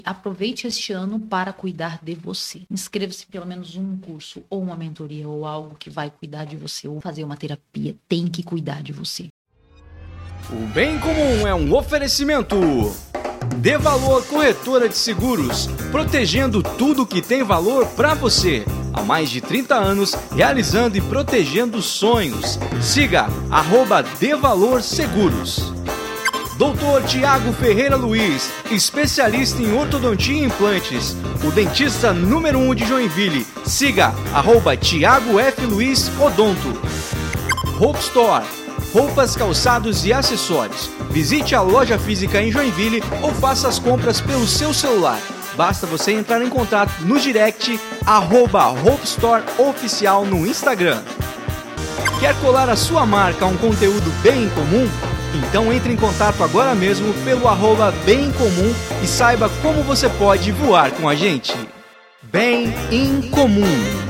Aproveite este ano para cuidar de você. Inscreva-se em pelo menos um curso, ou uma mentoria, ou algo que vai cuidar de você, ou fazer uma terapia. Tem que cuidar de você. O Bem Comum é um oferecimento. Dê Valor Corretora de Seguros, protegendo tudo que tem valor para você. Há mais de 30 anos, realizando e protegendo sonhos. Siga @Dê Valor Seguros. Dr. Tiago Ferreira Luiz, especialista em ortodontia e implantes. O dentista número 1 de Joinville. Siga @Tiago F. Luiz Odonto. Hope Store. Roupas, calçados e acessórios. Visite a loja física em Joinville ou faça as compras pelo seu celular. Basta você entrar em contato no direct @Hope Store Oficial no Instagram. Quer colar a sua marca a um conteúdo bem comum? Então entre em contato agora mesmo pelo @Bem Comum e saiba como você pode voar com a gente. Bem em Comum.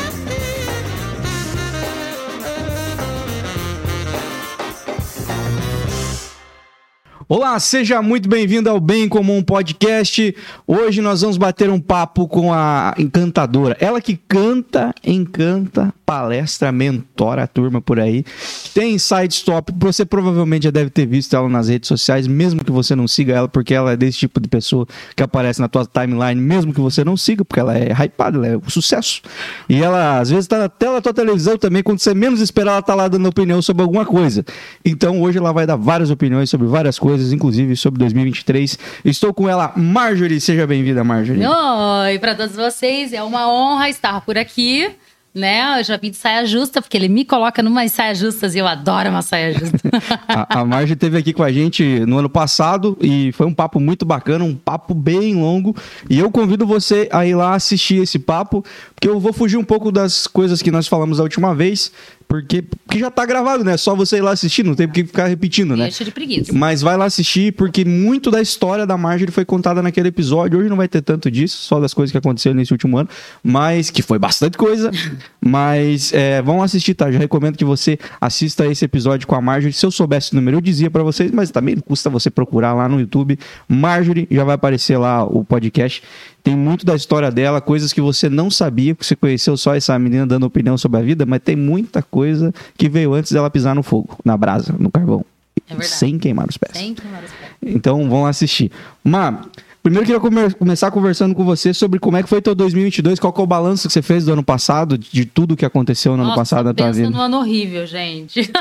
Olá, seja muito bem-vindo ao Bem Comum Podcast. Hoje nós vamos bater um papo com a encantadora. Ela que canta, encanta, palestra, mentora a turma por aí. Tem Insights Top, você provavelmente já deve ter visto ela nas redes sociais, mesmo que você não siga ela, porque ela é desse tipo de pessoa que aparece na tua timeline, mesmo que você não siga, porque ela é hypada, ela é um sucesso. E ela, às vezes, tá na tela da tua televisão também, quando você menos esperar, ela tá lá dando opinião sobre alguma coisa. Então, hoje ela vai dar várias opiniões sobre várias coisas, inclusive sobre 2023. Estou com ela, Marjorie. Seja bem-vinda, Marjorie. Oi, para todos vocês. É uma honra estar por aqui, né? Eu já vim de saia justa, porque ele me coloca numas saias justas e eu adoro uma saia justa. A Marjorie esteve aqui com a gente no ano passado e foi um papo muito bacana, um papo bem longo. E eu convido você a ir lá assistir esse papo, porque eu vou fugir um pouco das coisas que nós falamos a última vez, porque já tá gravado, né? Só você ir lá assistir, não tem por que ficar repetindo, né? Deixa de preguiça. Mas vai lá assistir, porque muito da história da Marjorie foi contada naquele episódio. Hoje não vai ter tanto disso, só das coisas que aconteceram nesse último ano, mas que foi bastante coisa. Mas vão assistir, tá? Já recomendo que você assista esse episódio com a Marjorie. Se eu soubesse o número, eu dizia pra vocês, mas também não custa você procurar lá no YouTube. Marjorie, já vai aparecer lá o podcast. Tem muito da história dela, coisas que você não sabia, porque você conheceu só essa menina dando opinião sobre a vida, mas tem muita coisa que veio antes dela pisar no fogo, na brasa, no carvão. É verdade. Sem queimar os pés. Sem queimar os pés. Então, vão assistir. Má, primeiro eu queria começar conversando com você sobre como é que foi teu 2022, qual que é o balanço que você fez do ano passado, de tudo que aconteceu no ano passado na tua vida. Pensa num ano horrível, gente.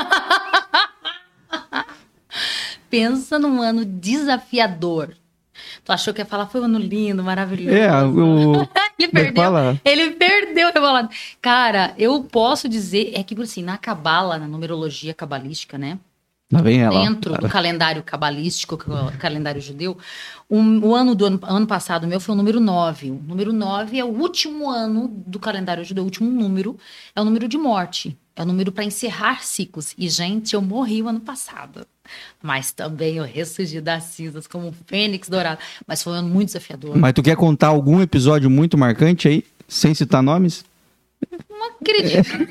Pensa num ano desafiador. Tu achou que ia falar, foi um ano lindo, maravilhoso. Ele perdeu o rebolado. Cara, eu posso dizer, é que assim, na cabala, na numerologia cabalística, né? Lá vem ela. Dentro do calendário cabalístico, que é o calendário judeu, o ano passado meu foi o número 9. O número 9 é o último ano do calendário judeu, o último número, é o número de morte. É o número para encerrar ciclos. E, gente, eu morri o ano passado. Mas também eu ressurgi das cinzas como um fênix dourado. Mas foi um ano muito desafiador. Mas tu quer contar algum episódio muito marcante aí, sem citar nomes? Não acredito.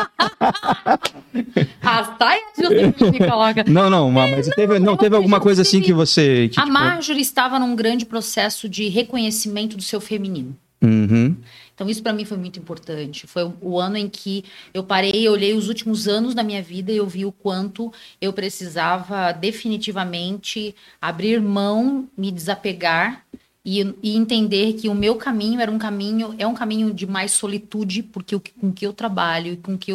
A saia justa me coloca. Não, mas teve alguma coisa assim que você... A Marjorie estava num grande processo de reconhecimento do seu feminino. Uhum. Então isso para mim foi muito importante. Foi o ano em que eu parei, olhei os últimos anos da minha vida e eu vi o quanto eu precisava definitivamente abrir mão, me desapegar e entender que o meu caminho é um caminho de mais solitude, porque com que eu trabalho, com que eu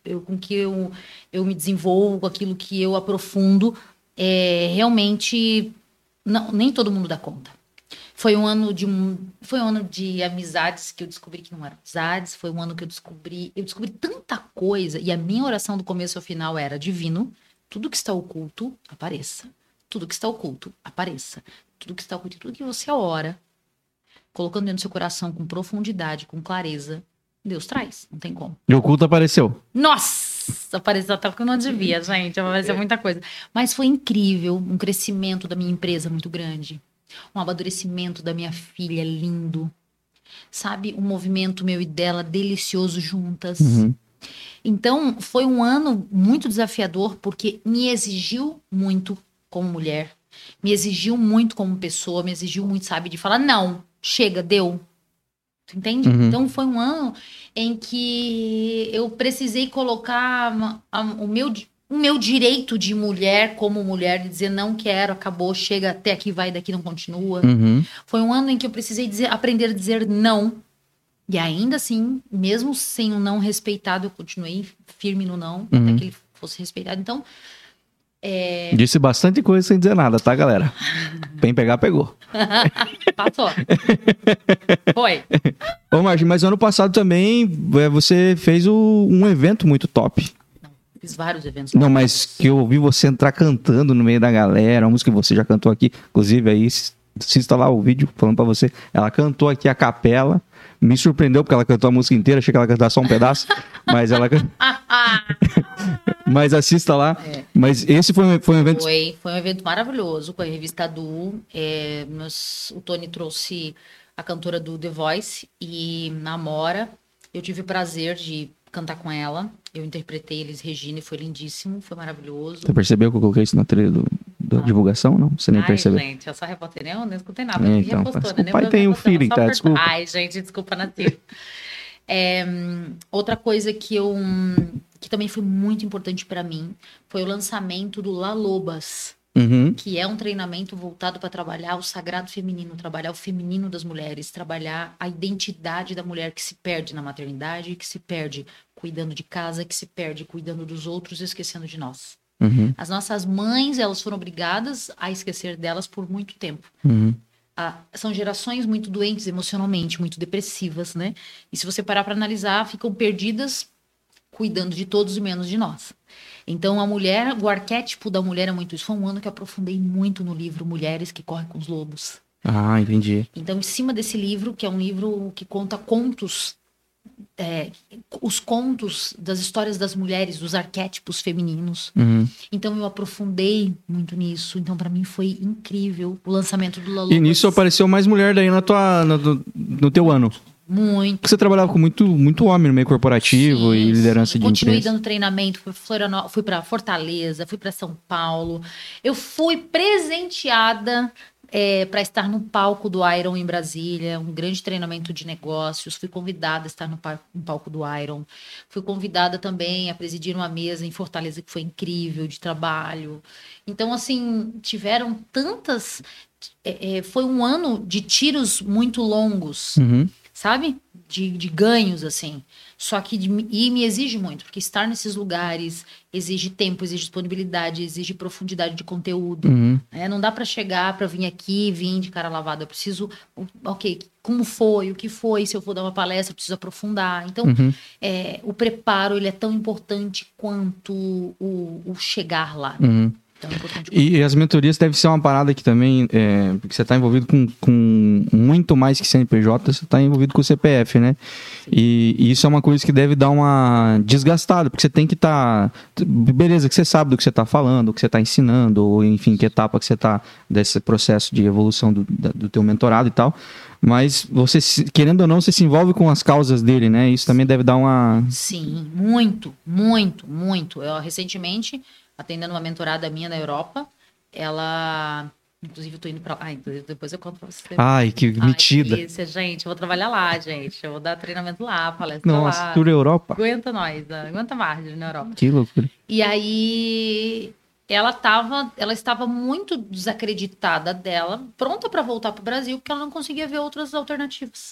me desenvolvo, com aquilo que eu aprofundo, realmente nem todo mundo dá conta. Foi um ano de amizades que eu descobri que não eram amizades. Foi um ano que eu descobri tanta coisa. E a minha oração do começo ao final era: divino, tudo que está oculto, apareça. Tudo que está oculto, apareça. Tudo que está oculto, tudo que você ora, colocando dentro do seu coração com profundidade, com clareza, Deus traz. Não tem como. E o oculto apareceu. Nossa! Apareceu até porque eu não devia, gente. Apareceu muita coisa. Mas foi incrível. Um crescimento da minha empresa muito grande. Um amadurecimento da minha filha lindo, sabe? Um movimento meu e dela delicioso juntas. Uhum. Então, foi um ano muito desafiador porque me exigiu muito como mulher, me exigiu muito como pessoa, me exigiu muito, sabe? De falar não. chega, deu. Tu entende? Então foi um ano em que eu precisei colocar o meu direito de mulher como mulher, de dizer não quero, acabou, chega, até aqui vai, daqui não continua. Foi um ano em que eu precisei aprender a dizer não. E ainda assim, mesmo sem o não respeitado, eu continuei firme no não, até que ele fosse respeitado. Então, Disse bastante coisa sem dizer nada, tá, galera? Quem pegar, pegou. Passou. Foi. Ô, Margem, mas ano passado também você fez um evento muito top. Não, fiz vários eventos. Não, mas que eu ouvi você entrar cantando no meio da galera, uma música que você já cantou aqui. Inclusive, aí, assista lá o vídeo falando pra você. Ela cantou aqui a capela. Me surpreendeu porque ela cantou a música inteira. Achei que ela ia cantar só um pedaço. Mas ela... Mas assista lá. Mas esse foi um evento... Foi um evento maravilhoso com a revista Du. O Tony trouxe a cantora do The Voice e a Amora. Eu tive o prazer de cantar com ela. Eu interpretei Elis Regina e foi lindíssimo. Foi maravilhoso. Você percebeu que eu coloquei isso na trilha da divulgação? Não? Você nem percebeu? Gente, eu só reportei. Eu não escutei nada. Então, o pai tem um feeling, tá? Desculpa. Ai, gente, desculpa, Nath. Outra coisa que também foi muito importante para mim foi o lançamento do La Lobas, que é um treinamento voltado para trabalhar o sagrado feminino, trabalhar o feminino das mulheres, trabalhar a identidade da mulher que se perde na maternidade, que se perde cuidando de casa, que se perde cuidando dos outros, esquecendo de nós. As nossas mães, elas foram obrigadas a esquecer delas por muito tempo. São gerações muito doentes emocionalmente, muito depressivas, né? E se você parar para analisar, ficam perdidas cuidando de todos e menos de nós. Então, a mulher, o arquétipo da mulher é muito isso. Foi um ano que eu aprofundei muito no livro Mulheres que Correm com os Lobos. Ah, entendi. Então, em cima desse livro, que é um livro que conta contos, os contos das histórias das mulheres, dos arquétipos femininos. Então, eu aprofundei muito nisso. Então, para mim, foi incrível o lançamento do La Lobas. E nisso apareceu mais mulher daí no teu ano. Muito. Você trabalhava com muito homem no meio corporativo e liderança de empresa. Continuei dando treinamento, fui para Fortaleza, fui para São Paulo. Eu fui presenteada para estar no palco do Iron em Brasília, um grande treinamento de negócios. Fui convidada a estar no palco do Iron. Fui convidada também a presidir uma mesa em Fortaleza que foi incrível, de trabalho. Então, assim, tiveram tantas... foi um ano de tiros muito longos. Sabe? De ganhos, assim. Só que e me exige muito, porque estar nesses lugares exige tempo, exige disponibilidade, exige profundidade de conteúdo. Não dá para chegar, para vir de cara lavada. Eu preciso, como foi, o que foi, se eu for dar uma palestra, eu preciso aprofundar. Então, o preparo, ele é tão importante quanto o chegar lá. Então, é importante. E as mentorias devem ser uma parada que também, porque você está envolvido com muito mais que CNPJ, você está envolvido com o CPF, né? E isso é uma coisa que deve dar uma desgastada, porque você tem que estar... beleza, que você sabe do que você está falando, o que você está ensinando, ou enfim, que etapa que você está desse processo de evolução do teu mentorado e tal, mas você, querendo ou não, você se envolve com as causas dele, né? Isso também deve dar uma... Sim, muito, muito, muito. Eu, recentemente... atendendo uma mentorada minha na Europa, ela... Inclusive, eu tô indo pra... depois eu conto pra você. Ai, que metida. Que delícia, gente. Eu vou trabalhar lá, gente. Eu vou dar treinamento lá, palestra lá. Nossa, tour Europa. Aguenta nós. Aguenta Margem na Europa. Que loucura. E aí, ela estava muito desacreditada dela, pronta para voltar pro Brasil, porque ela não conseguia ver outras alternativas.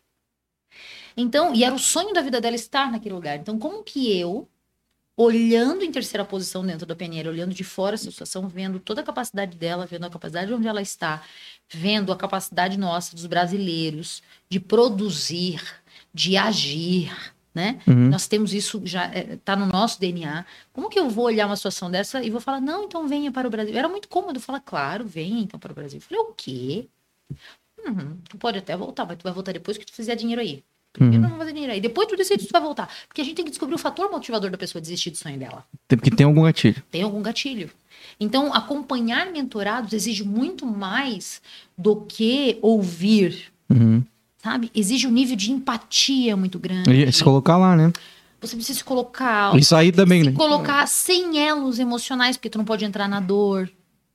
Então, e era o sonho da vida dela estar naquele lugar. Então, como que eu... olhando em terceira posição dentro da PNL, olhando de fora essa situação, vendo toda a capacidade dela, vendo a capacidade onde ela está, vendo a capacidade nossa, dos brasileiros, de produzir, de agir, né? Nós temos isso, já está no nosso DNA. Como que eu vou olhar uma situação dessa e vou falar, não, então venha para o Brasil? Era muito cômodo falar, claro, venha então para o Brasil. Eu falei, o quê? Tu pode até voltar, mas tu vai voltar depois que tu fizer dinheiro aí. Primeiro não vai fazer dinheiro aí. Depois tu decide se tu vai voltar. Porque a gente tem que descobrir o fator motivador da pessoa desistir do sonho dela. Porque tem algum gatilho. Tem algum gatilho. Então, acompanhar mentorados exige muito mais do que ouvir. Sabe? Exige um nível de empatia muito grande. E se colocar lá, né? Você precisa se colocar... Isso aí também, né? Se colocar sem elos emocionais, porque tu não pode entrar na dor.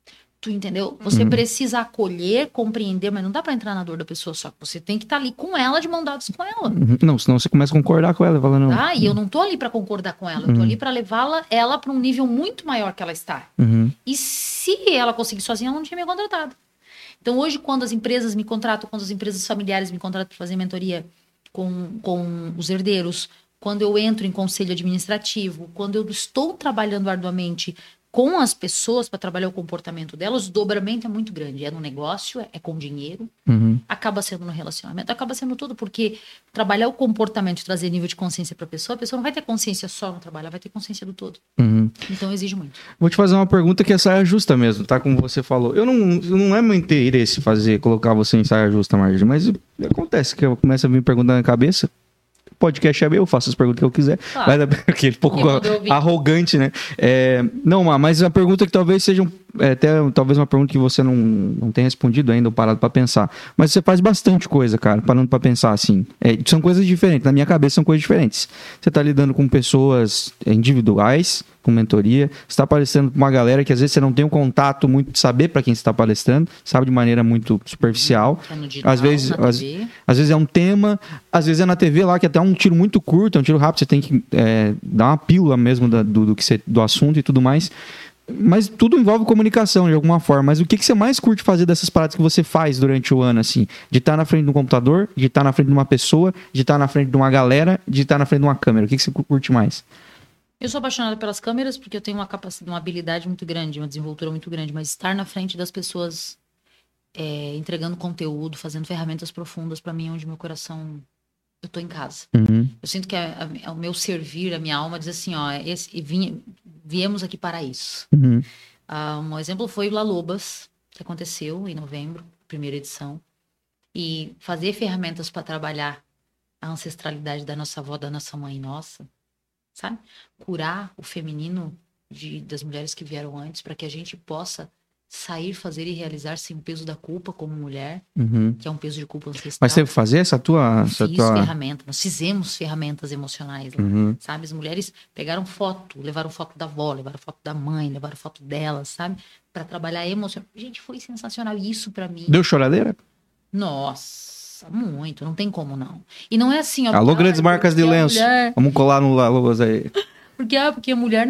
Tu entendeu? Você precisa acolher, compreender, mas não dá pra entrar na dor da pessoa só. Você tem que estar ali com ela, de mão dadas com ela. Não, senão você começa a concordar com ela, falando. Tá? E eu não tô ali pra concordar com ela. Eu tô ali pra levá-la ela pra um nível muito maior que ela está. E se ela conseguir sozinha, ela não tinha me contratado. Então, hoje, quando as empresas me contratam, quando as empresas familiares me contratam para fazer mentoria com os herdeiros, quando eu entro em conselho administrativo, quando eu estou trabalhando arduamente com as pessoas para trabalhar o comportamento delas, o desdobramento é muito grande. É no negócio, é com dinheiro, acaba sendo no relacionamento, acaba sendo tudo, porque trabalhar o comportamento e trazer nível de consciência para a pessoa não vai ter consciência só no trabalho, ela vai ter consciência do todo. Então, exige muito. Vou te fazer uma pergunta que é saia justa mesmo, tá? Como você falou. Não é meu interesse colocar você em saia justa, Marjorie, mas acontece que eu começo a me perguntar na cabeça. O podcast é meu, eu faço as perguntas que eu quiser. Claro. Aquele pouco arrogante, né? Não, mas a pergunta que talvez seja talvez uma pergunta que você não tenha respondido ainda ou parado pra pensar. Mas você faz bastante coisa, cara, parando pra pensar assim. São coisas diferentes, na minha cabeça são coisas diferentes. Você tá lidando com pessoas individuais, com mentoria, você está palestrando com uma galera que às vezes você não tem um contato muito de saber para quem você está palestrando, sabe de maneira muito superficial. Digital, às vezes é um tema, às vezes é na TV lá que é até um tiro muito curto, é um tiro rápido, você tem que dar uma pílula mesmo do assunto e tudo mais. Mas tudo envolve comunicação de alguma forma. Mas o que você mais curte fazer dessas paradas que você faz durante o ano, assim? De estar na frente de um computador, de estar na frente de uma pessoa, de estar na frente de uma galera, de estar na frente de uma câmera. O que você curte mais? Eu sou apaixonada pelas câmeras porque eu tenho uma capacidade, uma habilidade muito grande, uma desenvoltura muito grande, mas estar na frente das pessoas, entregando conteúdo, fazendo ferramentas profundas, para mim é onde meu coração, eu tô em casa. Eu sinto que o meu servir, a minha alma diz assim, viemos aqui para isso. Um exemplo foi o La Lobas, que aconteceu em novembro, primeira edição, e fazer ferramentas para trabalhar a ancestralidade da nossa avó, da nossa mãe, nossa, sabe? Curar o feminino das mulheres que vieram antes, para que a gente possa sair, fazer e realizar sem o peso da culpa como mulher, que é um peso de culpa ancestral. Mas teve que fazer essa tua... ferramenta, nós fizemos ferramentas emocionais lá, sabe? As mulheres pegaram foto, levaram foto da avó, levaram foto da mãe, levaram foto delas, sabe? Para trabalhar emocional. Gente, foi sensacional. Isso para mim... Deu choradeira? Nossa, muito. Não tem como não. E não é assim... Alô, grandes marcas de lenço. Vamos colar no Lobas aí. Porque a mulher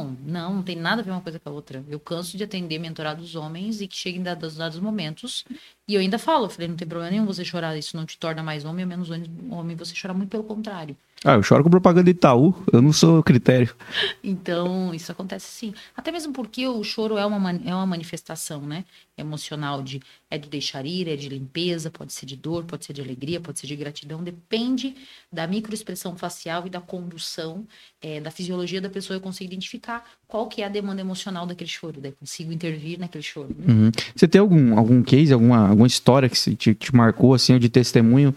não tem nada a ver uma coisa com a outra. Eu canso de atender mentorados homens e que cheguem em dados momentos e eu ainda falo, não tem problema nenhum você chorar, isso não te torna mais homem ou menos homem, você chorar muito pelo contrário. Eu choro com propaganda de Itaú, eu não sou critério. Então, isso acontece sim. Até mesmo porque o choro é uma manifestação, né? Emocional, é de deixar ir, é de limpeza, pode ser de dor, pode ser de alegria, pode ser de gratidão, depende da microexpressão facial e da condução, da fisiologia da pessoa, eu consigo identificar qual que é a demanda emocional daquele choro, daí consigo intervir naquele choro. Você tem algum case, alguma história que te marcou, assim, de testemunho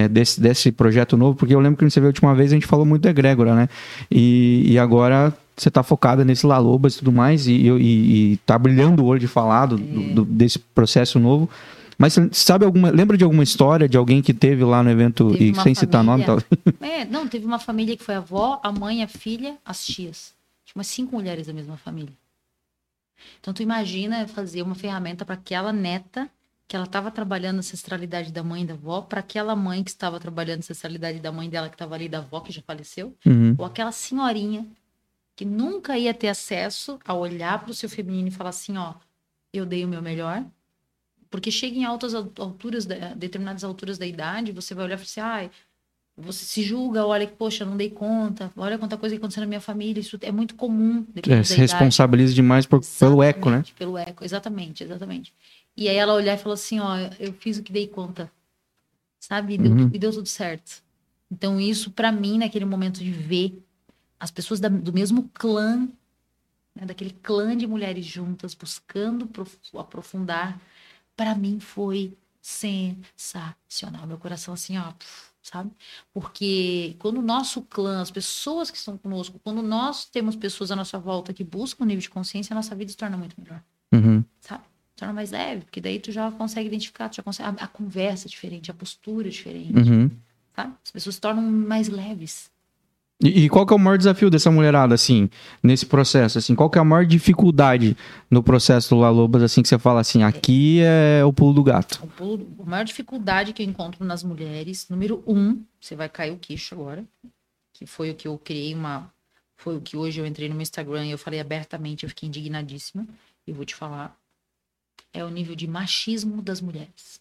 desse projeto novo? Porque eu lembro que você veio a última vez, a gente falou muito da egrégora, né? E agora você tá focada nesse La Lobas e tudo mais, e tá brilhando o olho de falar desse processo novo. Mas sabe lembra de alguma história de alguém que teve lá no evento, e sem citar nome? Tal? Não, teve uma família que foi a avó, a mãe, a filha, as tias. Tinha umas 5 mulheres da mesma família. Então tu imagina fazer uma ferramenta para aquela neta que ela estava trabalhando a ancestralidade da mãe e da avó, para aquela mãe que estava trabalhando a ancestralidade da mãe dela que estava ali, da avó que já faleceu, ou aquela senhorinha que nunca ia ter acesso a olhar para o seu feminino e falar assim, eu dei o meu melhor. Porque chega em altas alturas, determinadas alturas da idade, você vai olhar e falar assim, você se julga, olha que, poxa, eu não dei conta, olha quanta coisa que aconteceu na minha família, isso é muito comum. Se responsabiliza demais pelo eco, né? Pelo eco, exatamente. E aí ela olhar e falar assim, eu fiz o que dei conta, sabe? E deu tudo certo. Então isso, pra mim, naquele momento de ver as pessoas do mesmo clã, né, daquele clã de mulheres juntas, buscando aprofundar, pra mim foi sensacional. Meu coração assim, sabe? Porque quando o nosso clã, as pessoas que estão conosco, quando nós temos pessoas à nossa volta que buscam um nível de consciência, a nossa vida se torna muito melhor. Sabe? Se torna mais leve, porque daí tu já consegue identificar, a conversa é diferente, a postura é diferente. Sabe? As pessoas se tornam mais leves. E qual que é o maior desafio dessa mulherada, assim, nesse processo? Assim, qual que é a maior dificuldade no processo do La Lobas, assim, que você fala assim, aqui é o pulo do gato? A maior dificuldade que eu encontro nas mulheres, número 1, você vai cair o queixo agora, que foi o que eu criei foi o que hoje eu entrei no meu Instagram e eu falei abertamente, eu fiquei indignadíssima, e vou te falar, é o nível de machismo das mulheres.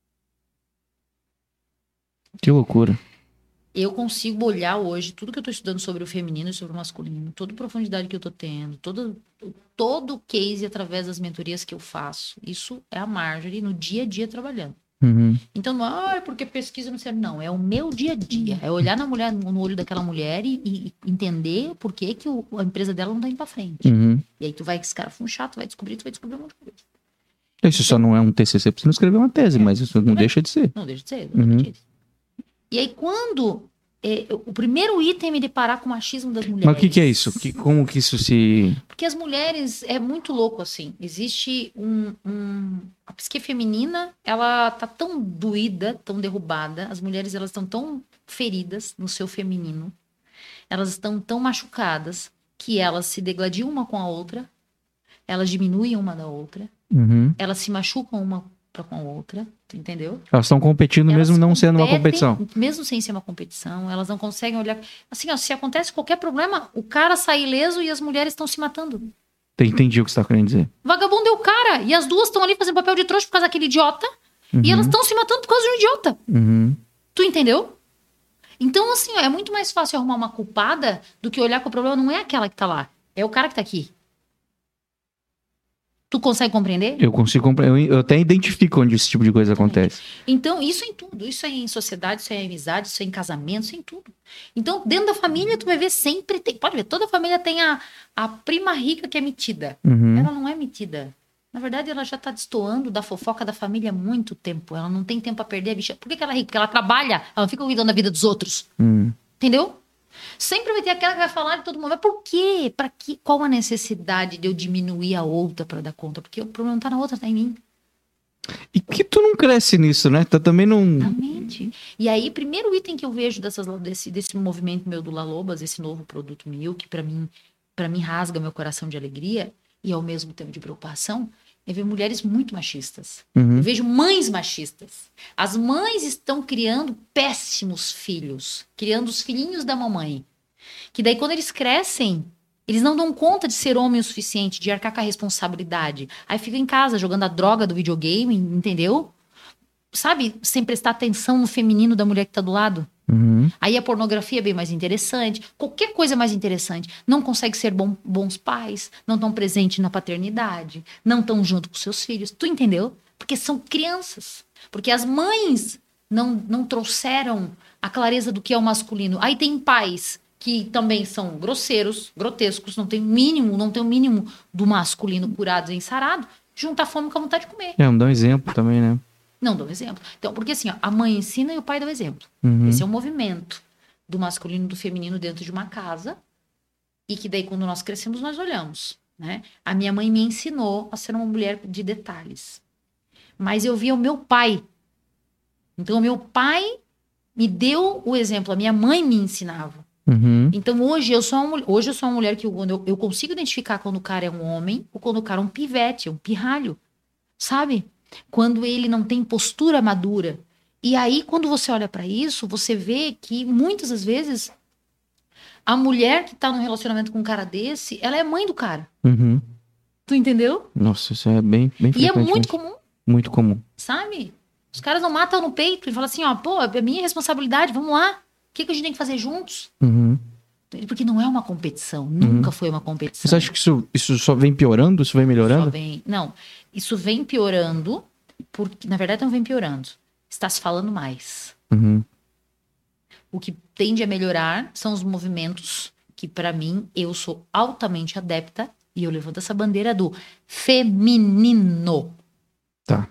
Que loucura. Eu consigo olhar hoje tudo que eu tô estudando sobre o feminino e sobre o masculino, toda a profundidade que eu tô tendo, todo o case através das mentorias que eu faço. Isso é a Marjorie no dia a dia trabalhando. Uhum. Então, não é porque pesquisa não serve, não. É o meu dia a dia. É olhar no olho daquela mulher e entender por que a empresa dela não tá indo pra frente. Uhum. E aí tu vai, esse cara foi um chato, tu vai descobrir um monte de coisa. Isso só não é um TCC pra você não escrever uma tese, mas isso não deixa de ser. Não deixa de ser. Uhum. E aí, quando o primeiro item é me deparar com o machismo das mulheres. Mas o que é isso? Como que isso se... Porque as mulheres, é muito louco, assim. Existe a psique feminina, ela tá tão doída, tão derrubada. As mulheres, elas estão tão feridas no seu feminino. Elas estão tão machucadas que elas se degladiam uma com a outra. Elas diminuem uma da outra. Uhum. Elas se machucam uma com a outra, entendeu? Elas estão competindo mesmo não sendo uma competição. Mesmo sem ser uma competição, elas não conseguem olhar... Assim, ó, se acontece qualquer problema, o cara sai ileso e as mulheres estão se matando. Entendi o que você está querendo dizer. Vagabundo é o cara, e as duas estão ali fazendo papel de trouxa por causa daquele idiota, e elas estão se matando por causa de um idiota. Uhum. Tu entendeu? Então, assim, ó, é muito mais fácil arrumar uma culpada do que olhar que o problema não é aquela que tá lá, é o cara que tá aqui. Tu consegue compreender? Eu consigo compreender. Eu até identifico onde esse tipo de coisa acontece. Então, isso é em tudo. Isso é em sociedade, isso é em amizade, isso é em casamento, isso é em tudo. Então, dentro da família, tu vai ver sempre... Pode ver, toda família tem a prima rica que é metida. Uhum. Ela não é metida. Na verdade, ela já tá destoando da fofoca da família há muito tempo. Ela não tem tempo pra perder a bicha. Por que ela é rica? Porque ela trabalha. Ela não fica cuidando da vida dos outros. Entendeu? Sempre vai ter aquela que vai falar de todo mundo. Mas por quê? Pra quê? Qual a necessidade de eu diminuir a outra pra dar conta? Porque o problema não tá na outra, tá em mim. E que tu não cresce nisso, né? Tu também não... Exatamente. E aí, primeiro item que eu vejo desse movimento meu do La Lobas, esse novo produto meu, que pra mim rasga meu coração de alegria e ao mesmo tempo de preocupação, é ver mulheres muito machistas. Uhum. Eu vejo mães machistas. As mães estão criando péssimos filhos, criando os filhinhos da mamãe. Que daí, quando eles crescem, eles não dão conta de ser homem o suficiente, de arcar com a responsabilidade. Aí ficam em casa jogando a droga do videogame, entendeu? Sabe? Sem prestar atenção no feminino da mulher que tá do lado. Uhum. Aí a pornografia é bem mais interessante. Qualquer coisa é mais interessante. Não consegue ser bons pais, não estão presentes na paternidade, não estão junto com seus filhos. Tu entendeu? Porque são crianças. Porque as mães não trouxeram a clareza do que é o masculino. Aí tem pais que também são grosseiros, grotescos, não tem o mínimo do masculino curado e ensarado, junta a fome com a vontade de comer. Não dá um exemplo também, né? Não dou exemplo. Então, porque assim, ó, a mãe ensina e o pai dá o exemplo. Uhum. Esse é o movimento do masculino e do feminino dentro de uma casa. E que daí, quando nós crescemos, nós olhamos, né? A minha mãe me ensinou a ser uma mulher de detalhes. Mas eu via o meu pai. Então, o meu pai me deu o exemplo. A minha mãe me ensinava. Uhum. Então, hoje eu sou uma mulher que eu consigo identificar quando o cara é um homem ou quando o cara é um pivete, um pirralho. Sabe? Quando ele não tem postura madura. E aí, quando você olha pra isso, você vê que muitas das vezes a mulher que tá num relacionamento com um cara desse, ela é mãe do cara. Uhum. Tu entendeu? Nossa, isso é bem frequente. E é muito comum. Muito comum. Sabe? Os caras não matam no peito e falam assim, ó, pô, é minha responsabilidade, vamos lá. O que a gente tem que fazer juntos? Uhum. Porque não é uma competição. Nunca foi uma competição. Você acha que isso só vem piorando? Isso vem melhorando? Não, isso vem piorando, porque, na verdade, não vem piorando. Está se falando mais. Uhum. O que tende a melhorar são os movimentos que, para mim, eu sou altamente adepta e eu levanto essa bandeira do feminino. Tá.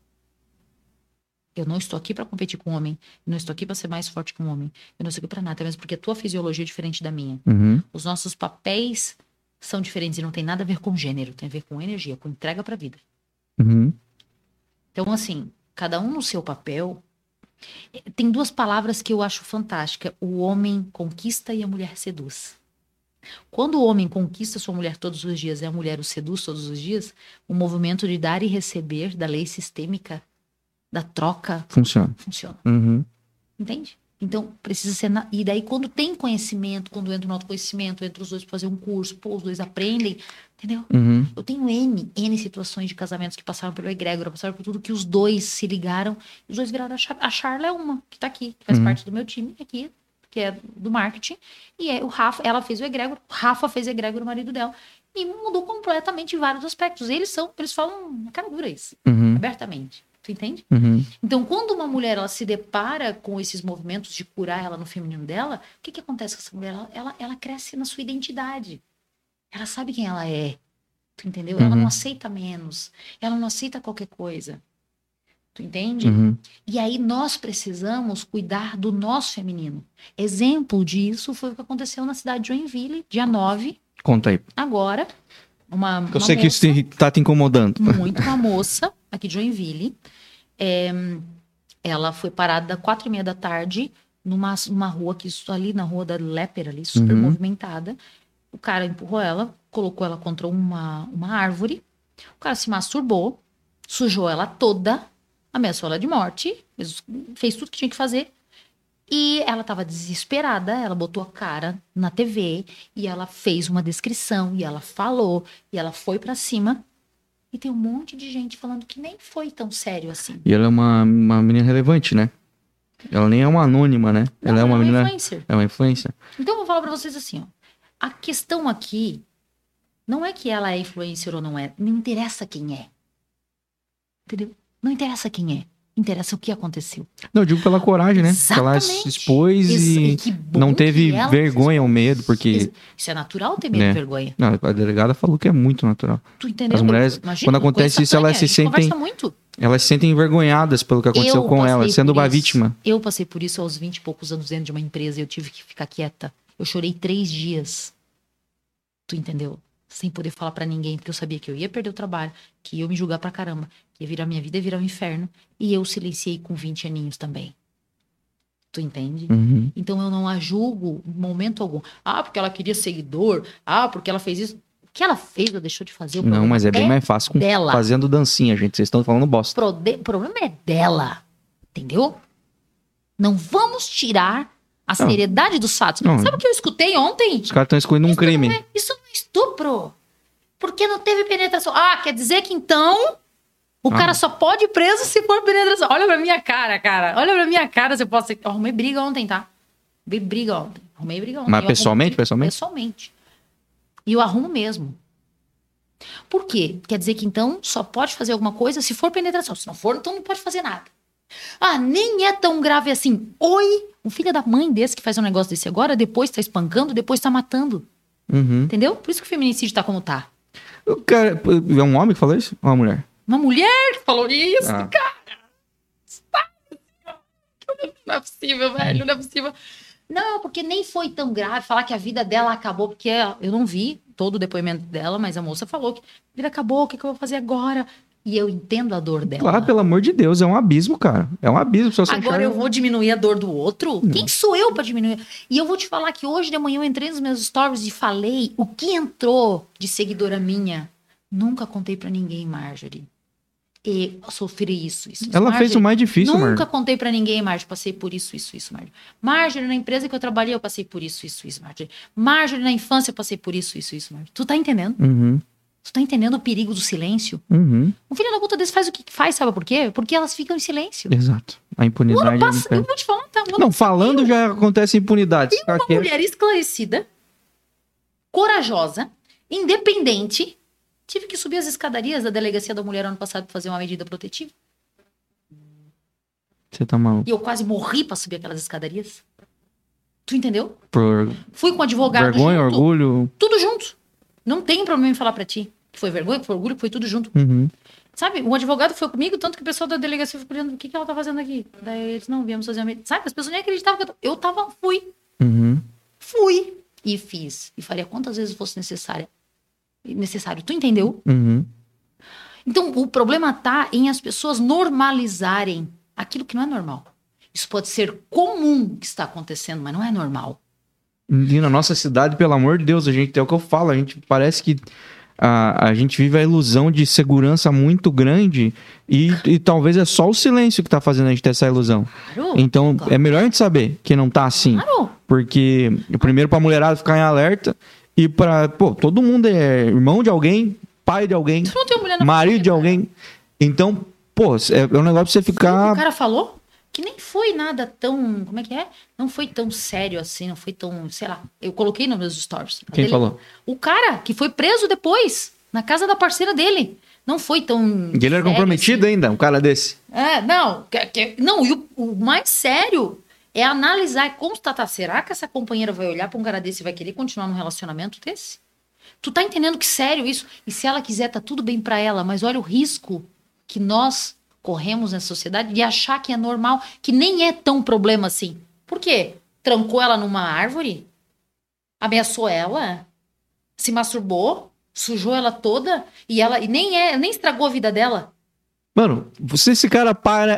Eu não estou aqui para competir com o homem. Eu não estou aqui para ser mais forte que um homem. Eu não estou aqui para nada, mesmo porque a tua fisiologia é diferente da minha. Uhum. Os nossos papéis são diferentes e não tem nada a ver com gênero, tem a ver com energia, com entrega para a vida. Uhum. Então, assim, cada um no seu papel, Tem duas palavras que eu acho fantásticas. O homem conquista e a mulher seduz. Quando o homem conquista sua mulher todos os dias e a mulher o seduz todos os dias, o movimento de dar e receber da lei sistêmica, da troca, Funciona. Uhum. Entende? Então, precisa ser... E daí, quando tem conhecimento, quando entra no autoconhecimento, entra os dois pra fazer um curso, pô, os dois aprendem, entendeu? Uhum. Eu tenho N situações de casamentos que passaram pelo egrégora, passaram por tudo, que os dois se ligaram, os dois viraram a Charla é uma, que tá aqui, que faz parte do meu time aqui, que é do marketing, e o Rafa, ela fez o egrégora, o Rafa fez o egrégora, o marido dela, e mudou completamente em vários aspectos. Eles falam na cara dura isso, abertamente. Tu entende? Uhum. Então, quando uma mulher ela se depara com esses movimentos de curar ela no feminino dela, o que acontece com essa mulher? Ela cresce na sua identidade. Ela sabe quem ela é. Tu entendeu? Ela não aceita menos. Ela não aceita qualquer coisa. Tu entende? E aí nós precisamos cuidar do nosso feminino. Exemplo disso foi o que aconteceu na cidade de Joinville, dia 9. Conta aí. Agora, uma Eu sei que isso tá te incomodando. Muito, uma moça aqui de Joinville. Ela foi parada 4h30 da tarde numa rua aqui, ali na rua da Leper, ali, super movimentada. O cara empurrou ela, colocou ela contra uma árvore. O cara se masturbou, sujou ela toda, ameaçou ela de morte, fez tudo que tinha que fazer. E ela estava desesperada, ela botou a cara na TV e ela fez uma descrição, e ela falou, e ela foi pra cima. E tem um monte de gente falando que nem foi tão sério assim. E ela é uma menina relevante, né? Ela nem é uma anônima, né? Não, ela é uma menina... influencer. É uma influencer. Então eu vou falar pra vocês assim, ó. A questão aqui não é que ela é influencer ou não é. Não interessa quem é. Entendeu? Não interessa quem é. Interessa o que aconteceu. Não, eu digo pela coragem, né? Exatamente. Que ela se expôs e não teve vergonha ou medo, porque... Isso é natural ter medo e vergonha. Não, a delegada falou que é muito natural. Tu entendeu? As mulheres, Imagina, quando acontece isso, elas se sentem... muito. Elas se sentem envergonhadas pelo que aconteceu com ela, sendo uma vítima. Eu passei por isso aos 20 e poucos anos dentro de uma empresa e eu tive que ficar quieta. Eu chorei 3 dias. Tu entendeu? Sem poder falar pra ninguém, porque eu sabia que eu ia perder o trabalho, que ia me julgar pra caramba, que ia virar minha vida e virar um inferno. E eu silenciei com 20 aninhos também. Tu entende? Então eu não a julgo em momento algum. Ah, porque ela queria seguidor. Ah, porque ela fez isso. O que ela fez ou deixou de fazer? Não, mas é bem mais fácil com dela. Fazendo dancinha, gente. Vocês estão falando bosta. O problema é dela. Entendeu? Não vamos tirar a seriedade dos fatos. Não. Sabe o que eu escutei ontem? Os caras estão escolhendo um crime. Isso não é estupro. Porque não teve penetração. Ah, quer dizer que então o cara só pode ir preso se for penetração. Olha pra minha cara, cara. Olha pra minha cara se eu posso... Eu arrumei briga ontem, tá? Arrumei briga ontem. Mas pessoalmente? Pessoalmente. E eu arrumo mesmo. Por quê? Quer dizer que então só pode fazer alguma coisa se for penetração. Se não for, então não pode fazer nada. Ah, nem é tão grave assim. Oi! Um filho da mãe desse que faz um negócio desse agora, depois tá espancando, depois tá matando. Entendeu? Por isso que o feminicídio tá como tá. O cara, é um homem que falou isso? Ou uma mulher? Uma mulher que falou isso, cara. Não é possível, velho. Não é possível. Não, porque nem foi tão grave falar que a vida dela acabou, porque eu não vi todo o depoimento dela, mas a moça falou que a vida acabou, o que eu vou fazer agora? E eu entendo a dor dela. Claro, pelo amor de Deus, é um abismo, cara. É um abismo. Agora eu vou diminuir a dor do outro? Não. Quem sou eu pra diminuir? E eu vou te falar que hoje de manhã eu entrei nos meus stories e falei o que entrou de seguidora minha. Nunca contei pra ninguém, Marjorie. E eu sofri isso. Ela Marjorie, fez o mais difícil, Nunca Marjorie. contei pra ninguém, Marjorie. Passei por isso, Marjorie. Marjorie, na empresa que eu trabalhei, eu passei por isso, Marjorie. Marjorie, na infância, eu passei por isso, Marjorie. Tu tá entendendo? Tu tá entendendo o perigo do silêncio? Um filho da puta desse faz o que faz, sabe por quê? Porque elas ficam em silêncio. Exato. A impunidade... Eu vou te falar, tá? Não, falando já acontece impunidade. E uma mulher esclarecida, corajosa, independente, tive que subir as escadarias da delegacia da mulher ano passado pra fazer uma medida protetiva. Você tá maluco. E eu quase morri pra subir aquelas escadarias. Tu entendeu? Por Fui com o advogado vergonha, junto. orgulho... Tudo junto. Não tem problema em falar pra ti. Que foi vergonha, que foi orgulho, que foi tudo junto. Sabe? O advogado foi comigo, tanto que o pessoal da delegacia ficou olhando, o que ela tá fazendo aqui? Daí eles, não, viemos fazer uma medida. Sabe? As pessoas nem acreditavam que eu tava, fui. Fui. E fiz. E faria quantas vezes fosse necessário. Tu entendeu? Então, o problema tá em as pessoas normalizarem aquilo que não é normal. Isso pode ser comum que está acontecendo, mas não é normal. E na nossa cidade, pelo amor de Deus, a gente é o que eu falo, a gente parece que a gente vive a ilusão de segurança muito grande e talvez é só o silêncio que tá fazendo a gente ter essa ilusão. Claro, Então, claro. é melhor a gente saber que não tá assim. Claro. Porque, primeiro, pra mulherada ficar em alerta e pra... Pô, todo mundo é irmão de alguém, pai de alguém, Tu não tem mulher na marido de família, alguém. Então, pô, é um negócio pra você O ficar... cara falou que nem foi nada tão... Como é que é? Não foi tão sério assim, não foi tão... Sei lá. Eu coloquei nos meus stories. Quem falou? O cara que foi preso depois, na casa da parceira dele. Não foi tão... E ele era sério comprometido assim. ainda, um cara desse. Não. Não, e o mais sério é analisar e constatar. Será que essa companheira vai olhar pra um cara desse e vai querer continuar num relacionamento desse? Tu tá entendendo que sério isso? E se ela quiser, tá tudo bem pra ela. Mas olha o risco que nós corremos na sociedade de achar que é normal, que nem é tão problema assim. Por quê? Trancou ela numa árvore? Ameaçou ela? Se masturbou? Sujou ela toda? E ela nem estragou a vida dela? Mano, se esse cara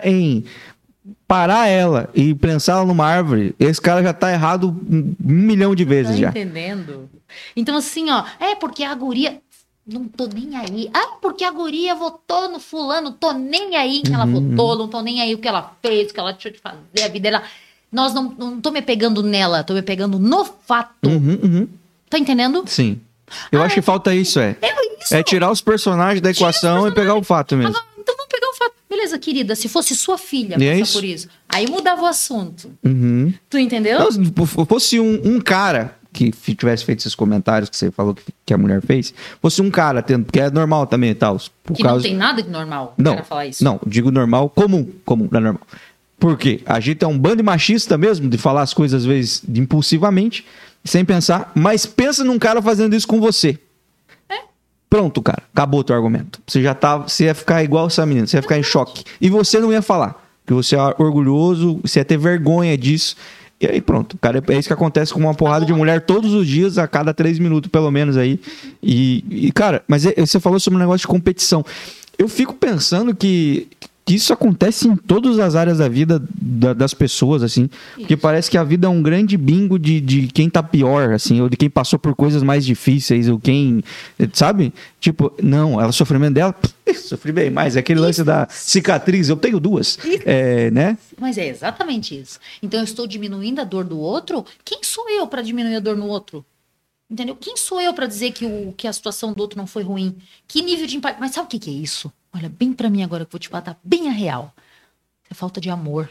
parar ela e prensá-la numa árvore, esse cara já tá errado 1 milhão de vezes Tá já. entendendo? Então, assim, ó, porque a guria. Não tô nem aí. Porque a guria votou no fulano, tô nem aí que ela votou, não tô nem aí o que ela fez, o que ela deixou de fazer, a vida dela. Nós não tô me pegando nela, tô me pegando no fato. Tá entendendo? Sim. Eu acho que falta isso, É isso. É tirar os personagens da equação e pegar o fato mesmo. Agora, então vamos pegar o fato. Beleza, querida, se fosse sua filha E é passar isso. por isso, aí mudava o assunto. Uhum. Tu entendeu? Não, se fosse um cara que tivesse feito esses comentários que você falou que a mulher fez, fosse um cara tendo, porque é normal também e tal. Por Que causa... não tem nada de normal o Não, cara falar isso. não, digo normal, comum, não é normal. Por quê? A gente é um bando de machista mesmo, de falar as coisas às vezes impulsivamente, sem pensar, mas pensa num cara fazendo isso com você. Pronto, cara, acabou o teu argumento. Você ia ficar igual essa menina, você ia ficar em choque. E você não ia falar, porque você é orgulhoso, você ia ter vergonha disso. E aí pronto, cara, é isso que acontece com uma porrada de mulher todos os dias, a cada 3 minutos pelo menos aí. E cara, mas você falou sobre um negócio de competição. Eu fico pensando que isso acontece em todas as áreas da vida das pessoas, assim. Porque parece que a vida é um grande bingo de quem tá pior, assim, ou de quem passou por coisas mais difíceis, ou quem, sabe? Tipo, não, ela sofrimento dela, sofri bem mais. É aquele lance da cicatriz, eu tenho 2, né? Mas é exatamente isso. Então eu estou diminuindo a dor do outro. Quem sou eu para diminuir a dor no outro? Entendeu? Quem sou eu para dizer que a situação do outro não foi ruim? Que nível de impacto? Mas sabe o que é isso? Olha bem pra mim agora que eu vou te botar bem a real. É falta de amor.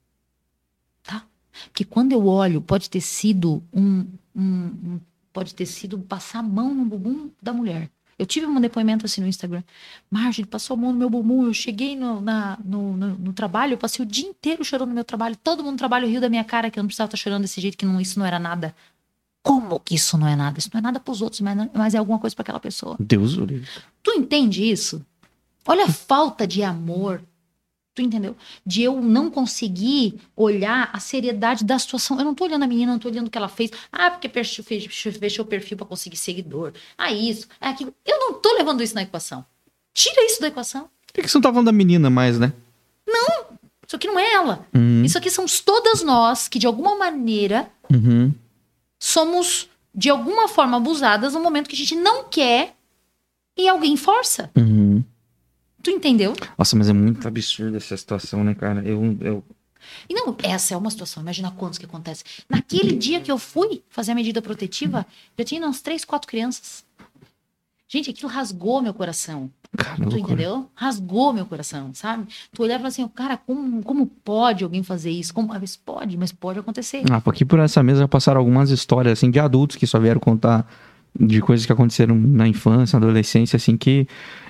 Tá? Porque quando eu olho, pode ter sido pode ter sido passar a mão no bumbum da mulher. Eu tive um depoimento assim no Instagram. Marjorie passou a mão no meu bumbum. Eu cheguei no trabalho, eu passei o dia inteiro chorando no meu trabalho. Todo mundo no trabalho riu da minha cara, que eu não precisava estar chorando desse jeito, que isso não era nada. Como que isso não é nada? Isso não é nada pros outros, mas é alguma coisa pra aquela pessoa. Deus o livre. Tu entende isso? Olha a falta de amor. Tu entendeu? De eu não conseguir olhar a seriedade da situação. Eu não tô olhando a menina, não tô olhando o que ela fez. Porque fechou o perfil pra conseguir seguidor. Isso, aquilo. Eu não tô levando isso na equação. Tira isso da equação. Por que você não tá falando da menina mais, né? Isso aqui não é ela. Isso aqui somos todas nós que, de alguma maneira, somos, de alguma forma, abusadas no momento que a gente não quer e alguém força. Tu entendeu? Nossa, mas é muito absurdo essa situação, né, cara? E não, essa é uma situação. Imagina quantos que acontece. Naquele dia que eu fui fazer a medida protetiva, já tinha umas 3, 4 crianças. Gente, aquilo rasgou meu coração. Cara, tu entendeu? Rasgou meu coração, sabe? Tu olhava assim, cara, como pode alguém fazer isso? Às vezes pode, mas pode acontecer. Aqui por essa mesa já passaram algumas histórias, assim, de adultos que só vieram contar de coisas que aconteceram na infância, na adolescência, assim, que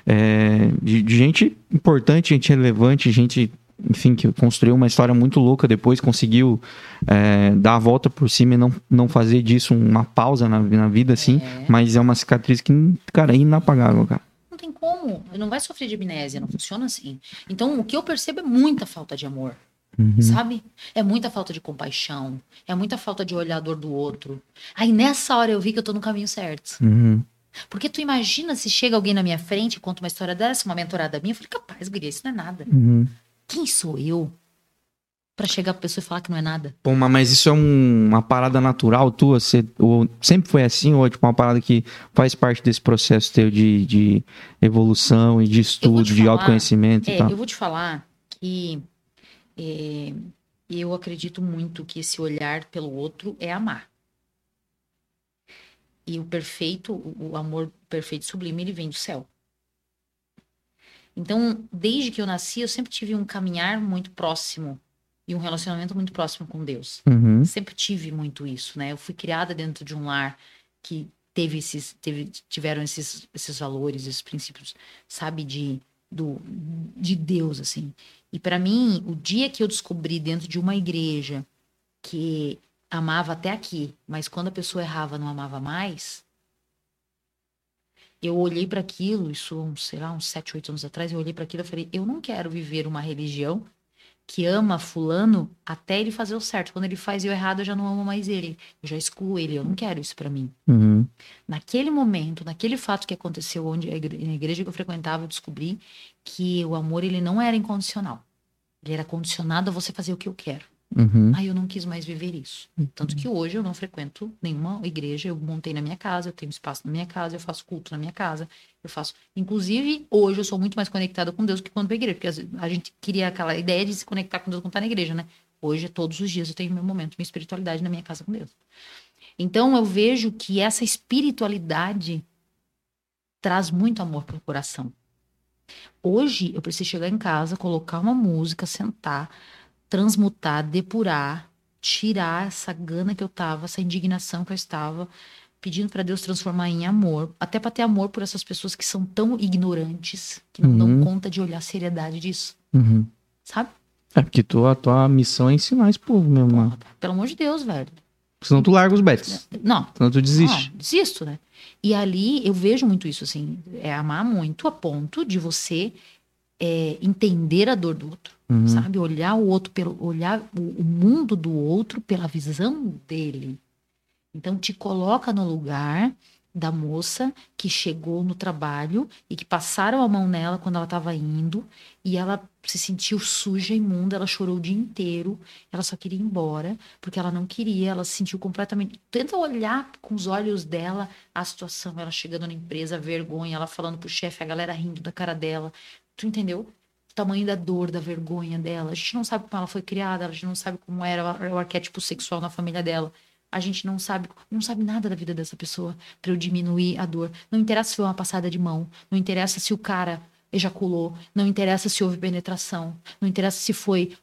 de gente importante, gente relevante, gente, enfim, que construiu uma história muito louca depois, conseguiu dar a volta por cima e não fazer disso uma pausa na vida, assim, mas é uma cicatriz que, cara, é inapagável, cara. Não tem como, não vai sofrer de amnésia, não funciona assim. Então, o que eu percebo é muita falta de amor. Sabe? É muita falta de compaixão. É muita falta de olhar a dor do outro. Aí nessa hora eu vi que eu tô no caminho certo. Porque tu imagina se chega alguém na minha frente e conta uma história dessa, uma mentorada minha, eu falei, capaz, guria, isso não é nada. Quem sou eu Pra chegar pra pessoa e falar que não é nada. Pô, mas isso é uma parada natural tua? Ou sempre foi assim? Ou é tipo uma parada que faz parte desse processo teu de evolução e de estudo, de autoconhecimento e tal? Eu vou te falar que eu acredito muito que esse olhar pelo outro é amar. E o amor perfeito e sublime, ele vem do céu. Então, desde que eu nasci, eu sempre tive um caminhar muito próximo e um relacionamento muito próximo com Deus. Uhum. Sempre tive muito isso, né? Eu fui criada dentro de um lar que tiveram esses valores, esses princípios, sabe, de Deus, assim. E para mim, o dia que eu descobri dentro de uma igreja que amava até aqui, mas quando a pessoa errava, não amava mais, eu olhei para aquilo, isso, sei lá, uns 7, 8 anos atrás, eu olhei para aquilo e falei, eu não quero viver uma religião que ama fulano até ele fazer o certo. Quando ele faz o errado, eu já não amo mais ele. Eu já excluo ele. Eu não quero isso pra mim. Uhum. Naquele momento, naquele fato que aconteceu na igreja que eu frequentava, eu descobri que o amor, ele não era incondicional. Ele era condicionado a você fazer o que eu quero. Uhum. Aí eu não quis mais viver isso. Tanto que hoje eu não frequento nenhuma igreja. Eu montei na minha casa, eu tenho espaço na minha casa, eu faço culto na minha casa. Eu faço. Inclusive, hoje eu sou muito mais conectada com Deus do que quando pra igreja. Porque a gente queria aquela ideia de se conectar com Deus quando tá na igreja, né? Hoje, todos os dias, eu tenho meu momento, minha espiritualidade na minha casa com Deus. Então, eu vejo que essa espiritualidade traz muito amor pro coração. Hoje, eu preciso chegar em casa, colocar uma música, sentar, transmutar, depurar, tirar essa gana que eu tava, essa indignação que eu estava, pedindo para Deus transformar em amor, até para ter amor por essas pessoas que são tão ignorantes, que não dão conta de olhar a seriedade disso. Uhum. Sabe? É porque a tua missão é ensinar esse povo mesmo. Porra, pelo amor de Deus, velho. Senão tu larga os bets. Não. Senão tu desiste. Não, desisto, né? E ali eu vejo muito isso, assim, é amar muito a ponto de você entender a dor do outro. Sabe? Olhar o outro olhar o mundo do outro pela visão dele. Então te coloca no lugar da moça que chegou no trabalho e que passaram a mão nela quando ela estava indo e ela se sentiu suja, imunda, ela chorou o dia inteiro, ela só queria ir embora porque ela não queria, ela se sentiu completamente... Tenta olhar com os olhos dela a situação, ela chegando na empresa, a vergonha, ela falando pro chefe, a galera rindo da cara dela. Tu entendeu? O tamanho da dor, da vergonha dela. A gente não sabe como ela foi criada, a gente não sabe como era o arquétipo sexual na família dela. A gente não sabe nada da vida dessa pessoa para eu diminuir a dor. Não interessa se foi uma passada de mão, não interessa se o cara ejaculou, não interessa se houve penetração, não interessa se foi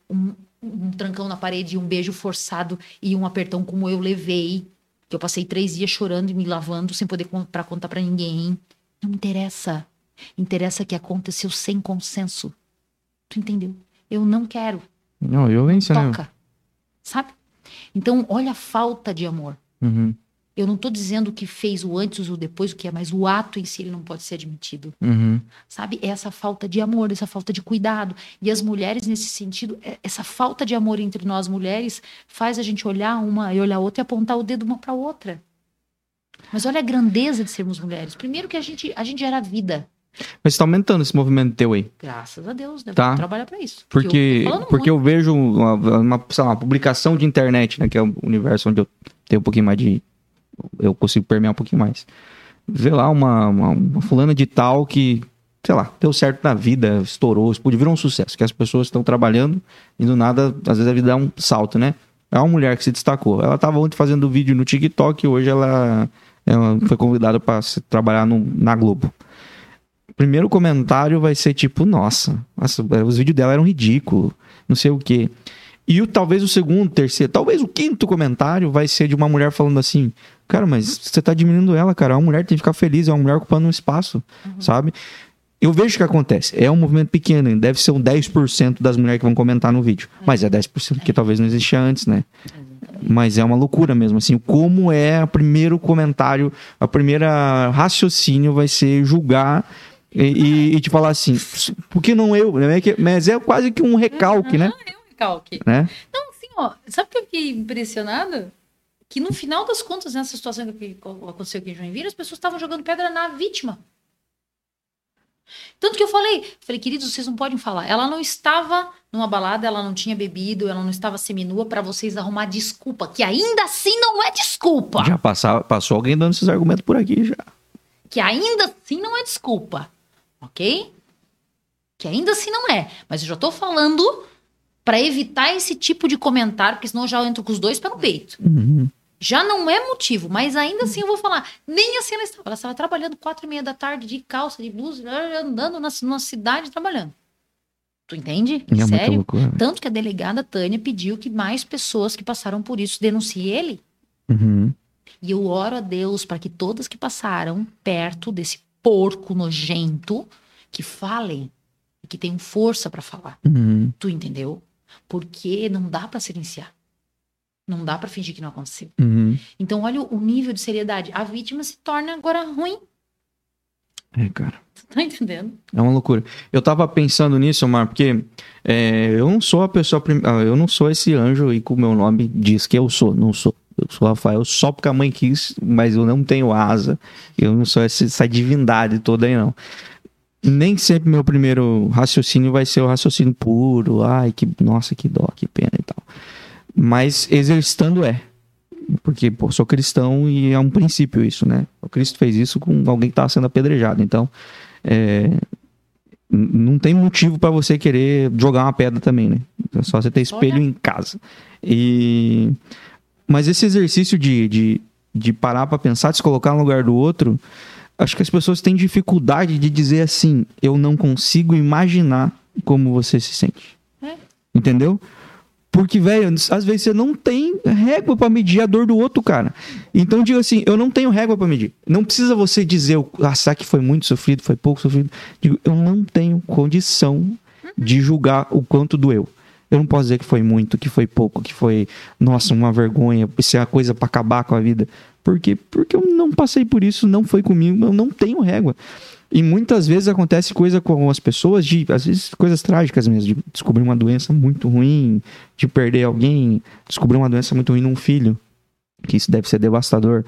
um trancão na parede, um beijo forçado e um apertão como eu levei, que eu passei 3 dias chorando e me lavando sem poder contar para ninguém. Não interessa. Interessa que aconteceu sem consenso. Tu entendeu? Eu não quero. Não, violência, não toca. Né? Sabe? Então, olha a falta de amor. Uhum. Eu não tô dizendo que fez o antes ou o depois, o que é, mas o ato em si ele não pode ser admitido. Uhum. Sabe? Essa falta de amor, essa falta de cuidado. E as mulheres, nesse sentido, essa falta de amor entre nós mulheres faz a gente olhar uma e olhar a outra e apontar o dedo uma para outra. Mas olha a grandeza de sermos mulheres. Primeiro que a gente gera vida. Mas tá aumentando esse movimento teu aí. Graças a Deus, né? Tá. Vamos trabalhar pra isso. Porque eu vejo uma publicação de internet, né? Que é o universo onde eu tenho um pouquinho mais de... Eu consigo permear um pouquinho mais. Vê lá uma fulana de tal que, sei lá, deu certo na vida, estourou, virou um sucesso. Que as pessoas estão trabalhando e do nada, às vezes a vida dá um salto, né? É uma mulher que se destacou. Ela tava ontem fazendo vídeo no TikTok e hoje ela foi convidada para trabalhar na Globo. Primeiro comentário vai ser tipo, nossa, os vídeos dela eram ridículos, não sei o quê. E talvez o segundo, terceiro, talvez o quinto comentário vai ser de uma mulher falando assim, cara, mas você tá diminuindo ela, cara, uma mulher tem que ficar feliz, é uma mulher ocupando um espaço, sabe? Eu vejo o que acontece, é um movimento pequeno, deve ser um 10% das mulheres que vão comentar no vídeo, mas é 10% que talvez não existia antes, né? Mas é uma loucura mesmo, assim, como é o primeiro comentário, a primeira raciocínio vai ser julgar e te falar assim, por que não eu? Mas é quase que um recalque, né? É um recalque. Né? Então, assim, ó, sabe o que eu fiquei impressionada? Que no final das contas, nessa situação que aconteceu aqui em Joinville, as pessoas estavam jogando pedra na vítima. Tanto que eu falei, queridos, vocês não podem falar. Ela não estava numa balada, ela não tinha bebido, ela não estava seminua pra vocês arrumar desculpa, que ainda assim não é desculpa. Já passou alguém dando esses argumentos por aqui já. Que ainda assim não é desculpa, ok? Que ainda assim não é. Mas eu já tô falando pra evitar esse tipo de comentário, porque senão eu já entro com os dois pés no peito. Já não é motivo, mas ainda assim eu vou falar. Nem assim ela estava. Ela estava trabalhando 4h30 da tarde de calça, de blusa, andando na cidade trabalhando. Tu entende? É Sério? loucura. Tanto que a delegada Tânia pediu que mais pessoas que passaram por isso denunciem ele. E eu oro a Deus para que todas que passaram perto desse porco nojento que falem e que tenham força para falar. Tu entendeu? Porque não dá para silenciar. Não dá pra fingir que não aconteceu. Então, olha o nível de seriedade. A vítima se torna agora ruim. Cara. Tu tá entendendo? É uma loucura. Eu tava pensando nisso, Omar, porque eu não sou a pessoa... Eu não sou esse anjo e com o meu nome diz que eu sou. Não sou. Eu sou Rafael só porque a mãe quis, mas eu não tenho asa. Eu não sou essa divindade toda aí, não. Nem sempre meu primeiro raciocínio vai ser o raciocínio puro. Ai, nossa, que dó, que pena e tal. Mas exercitando porque pô, sou cristão e é um princípio isso, né? O Cristo fez isso com alguém que estava sendo apedrejado. Então, não tem motivo para você querer jogar uma pedra também, né? É só você ter espelho em casa. Mas esse exercício de parar para pensar, de se colocar no lugar do outro, acho que as pessoas têm dificuldade de dizer assim, eu não consigo imaginar como você se sente. Entendeu? Porque, velho, às vezes você não tem régua pra medir a dor do outro, cara. Então, digo assim, eu não tenho régua pra medir. Não precisa você dizer, será que foi muito sofrido, foi pouco sofrido? Digo, eu não tenho condição de julgar o quanto doeu. Eu não posso dizer que foi muito, que foi pouco, que foi, nossa, uma vergonha, isso é uma coisa pra acabar com a vida. Por quê? Porque eu não passei por isso, não foi comigo, eu não tenho régua. E muitas vezes acontece coisa com as pessoas, às vezes coisas trágicas mesmo, de descobrir uma doença muito ruim, de perder alguém, descobrir uma doença muito ruim num filho, que isso deve ser devastador.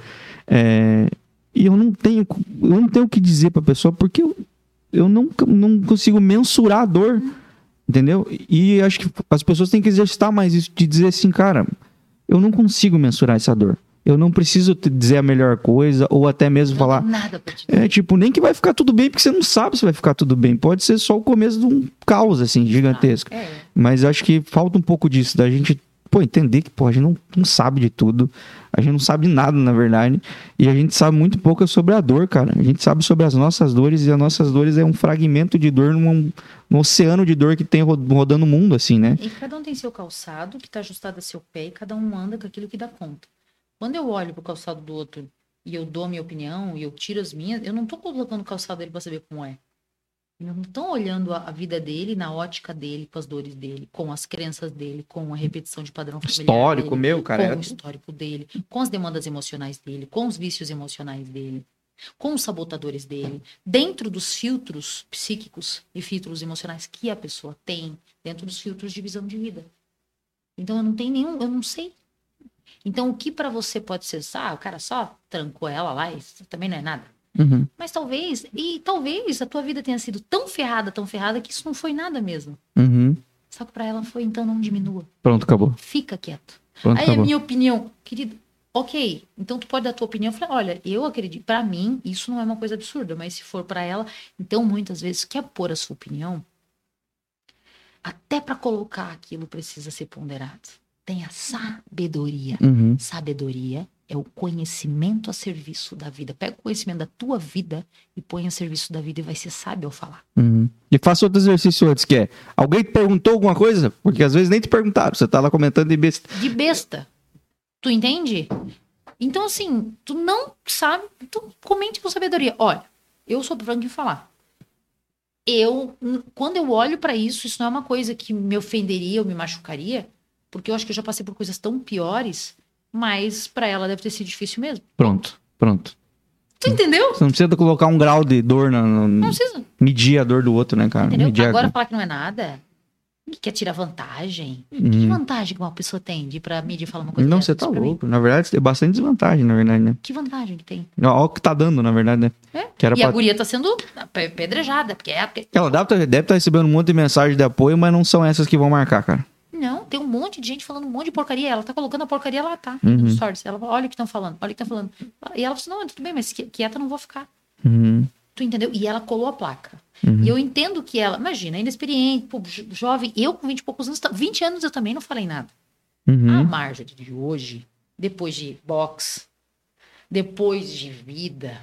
E eu não tenho o que dizer pra pessoa, porque eu não consigo mensurar a dor, entendeu? E acho que as pessoas têm que exercitar mais isso, de dizer assim, cara, eu não consigo mensurar essa dor. Eu não preciso te dizer a melhor coisa, ou até mesmo falar... Nada pra te dizer. Tipo, nem que vai ficar tudo bem, porque você não sabe se vai ficar tudo bem. Pode ser só o começo de um caos, assim, gigantesco. Mas acho que falta um pouco disso, da gente, entender que, a gente não sabe de tudo. A gente não sabe nada, na verdade. E a gente sabe muito pouco sobre a dor, cara. A gente sabe sobre as nossas dores, e as nossas dores é um fragmento de dor num oceano de dor que tem rodando o mundo, assim, né? E cada um tem seu calçado, que tá ajustado a seu pé, e cada um anda com aquilo que dá conta. Quando eu olho pro calçado do outro e eu dou a minha opinião e eu tiro as minhas, eu não tô colocando o calçado dele pra saber como é. Eu não tô olhando a vida dele na ótica dele, com as dores dele, com as crenças dele, com a repetição de padrão familiar histórico dele, meu, cara. Com o histórico dele, com as demandas emocionais dele, com os vícios emocionais dele, com os sabotadores dele, dentro dos filtros psíquicos e filtros emocionais que a pessoa tem, dentro dos filtros de visão de vida. Então eu não sei. Então, o que pra você pode ser, o cara só trancou ela lá, isso também não é nada. Mas talvez a tua vida tenha sido tão ferrada, que isso não foi nada mesmo. Só que pra ela foi, então não diminua. Pronto, acabou. Fica quieto. Pronto, aí acabou. A minha opinião, querido, ok, então tu pode dar a tua opinião. Eu falei, olha, eu acredito, pra mim, isso não é uma coisa absurda, mas se for pra ela, então muitas vezes quer pôr a sua opinião, até pra colocar aquilo precisa ser ponderado. Tenha sabedoria. Sabedoria é o conhecimento a serviço da vida. Pega o conhecimento da tua vida e põe a serviço da vida e vai ser sábio ao falar. E faça outro exercício antes, que é, alguém te perguntou alguma coisa? Porque às vezes nem te perguntaram, você tá lá comentando de besta. De besta. Tu entende? Então assim, tu não sabe, tu comente com sabedoria. Olha, eu sou franco em falar. Quando eu olho pra isso não é uma coisa que me ofenderia ou me machucaria, porque eu acho que eu já passei por coisas tão piores, mas pra ela deve ter sido difícil mesmo. Pronto. Tu entendeu? Você não precisa colocar um grau de dor Não precisa. medir a dor do outro, né, cara? Entendeu? Medir Agora falar que não é nada. Que quer tirar vantagem. Que vantagem que uma pessoa tem de ir pra mídia falar uma coisa Não, dessa? você tá Diz pra mim. louco. Na verdade, tem bastante desvantagem, na verdade, né? Que vantagem que tem? Olha o que tá dando, na verdade, né? É. Que era E a pra... guria tá sendo pedrejada, porque é... Ela deve estar recebendo um monte de mensagem de apoio, mas não são essas que vão marcar, cara. Não, tem um monte de gente falando um monte de porcaria. Ela tá colocando a porcaria lá, tá? Uhum. No stories. Ela fala, olha o que estão falando, olha o que estão falando. E ela falou, não, tudo bem, mas quieta não vou ficar. Uhum. Tu entendeu? E ela colou a placa. Uhum. E eu entendo que ela, imagina, inexperiente, pô, jovem, eu com 20 e poucos anos, 20 anos eu também não falei nada. Uhum. A Marjorie de hoje, depois de boxe, depois de vida,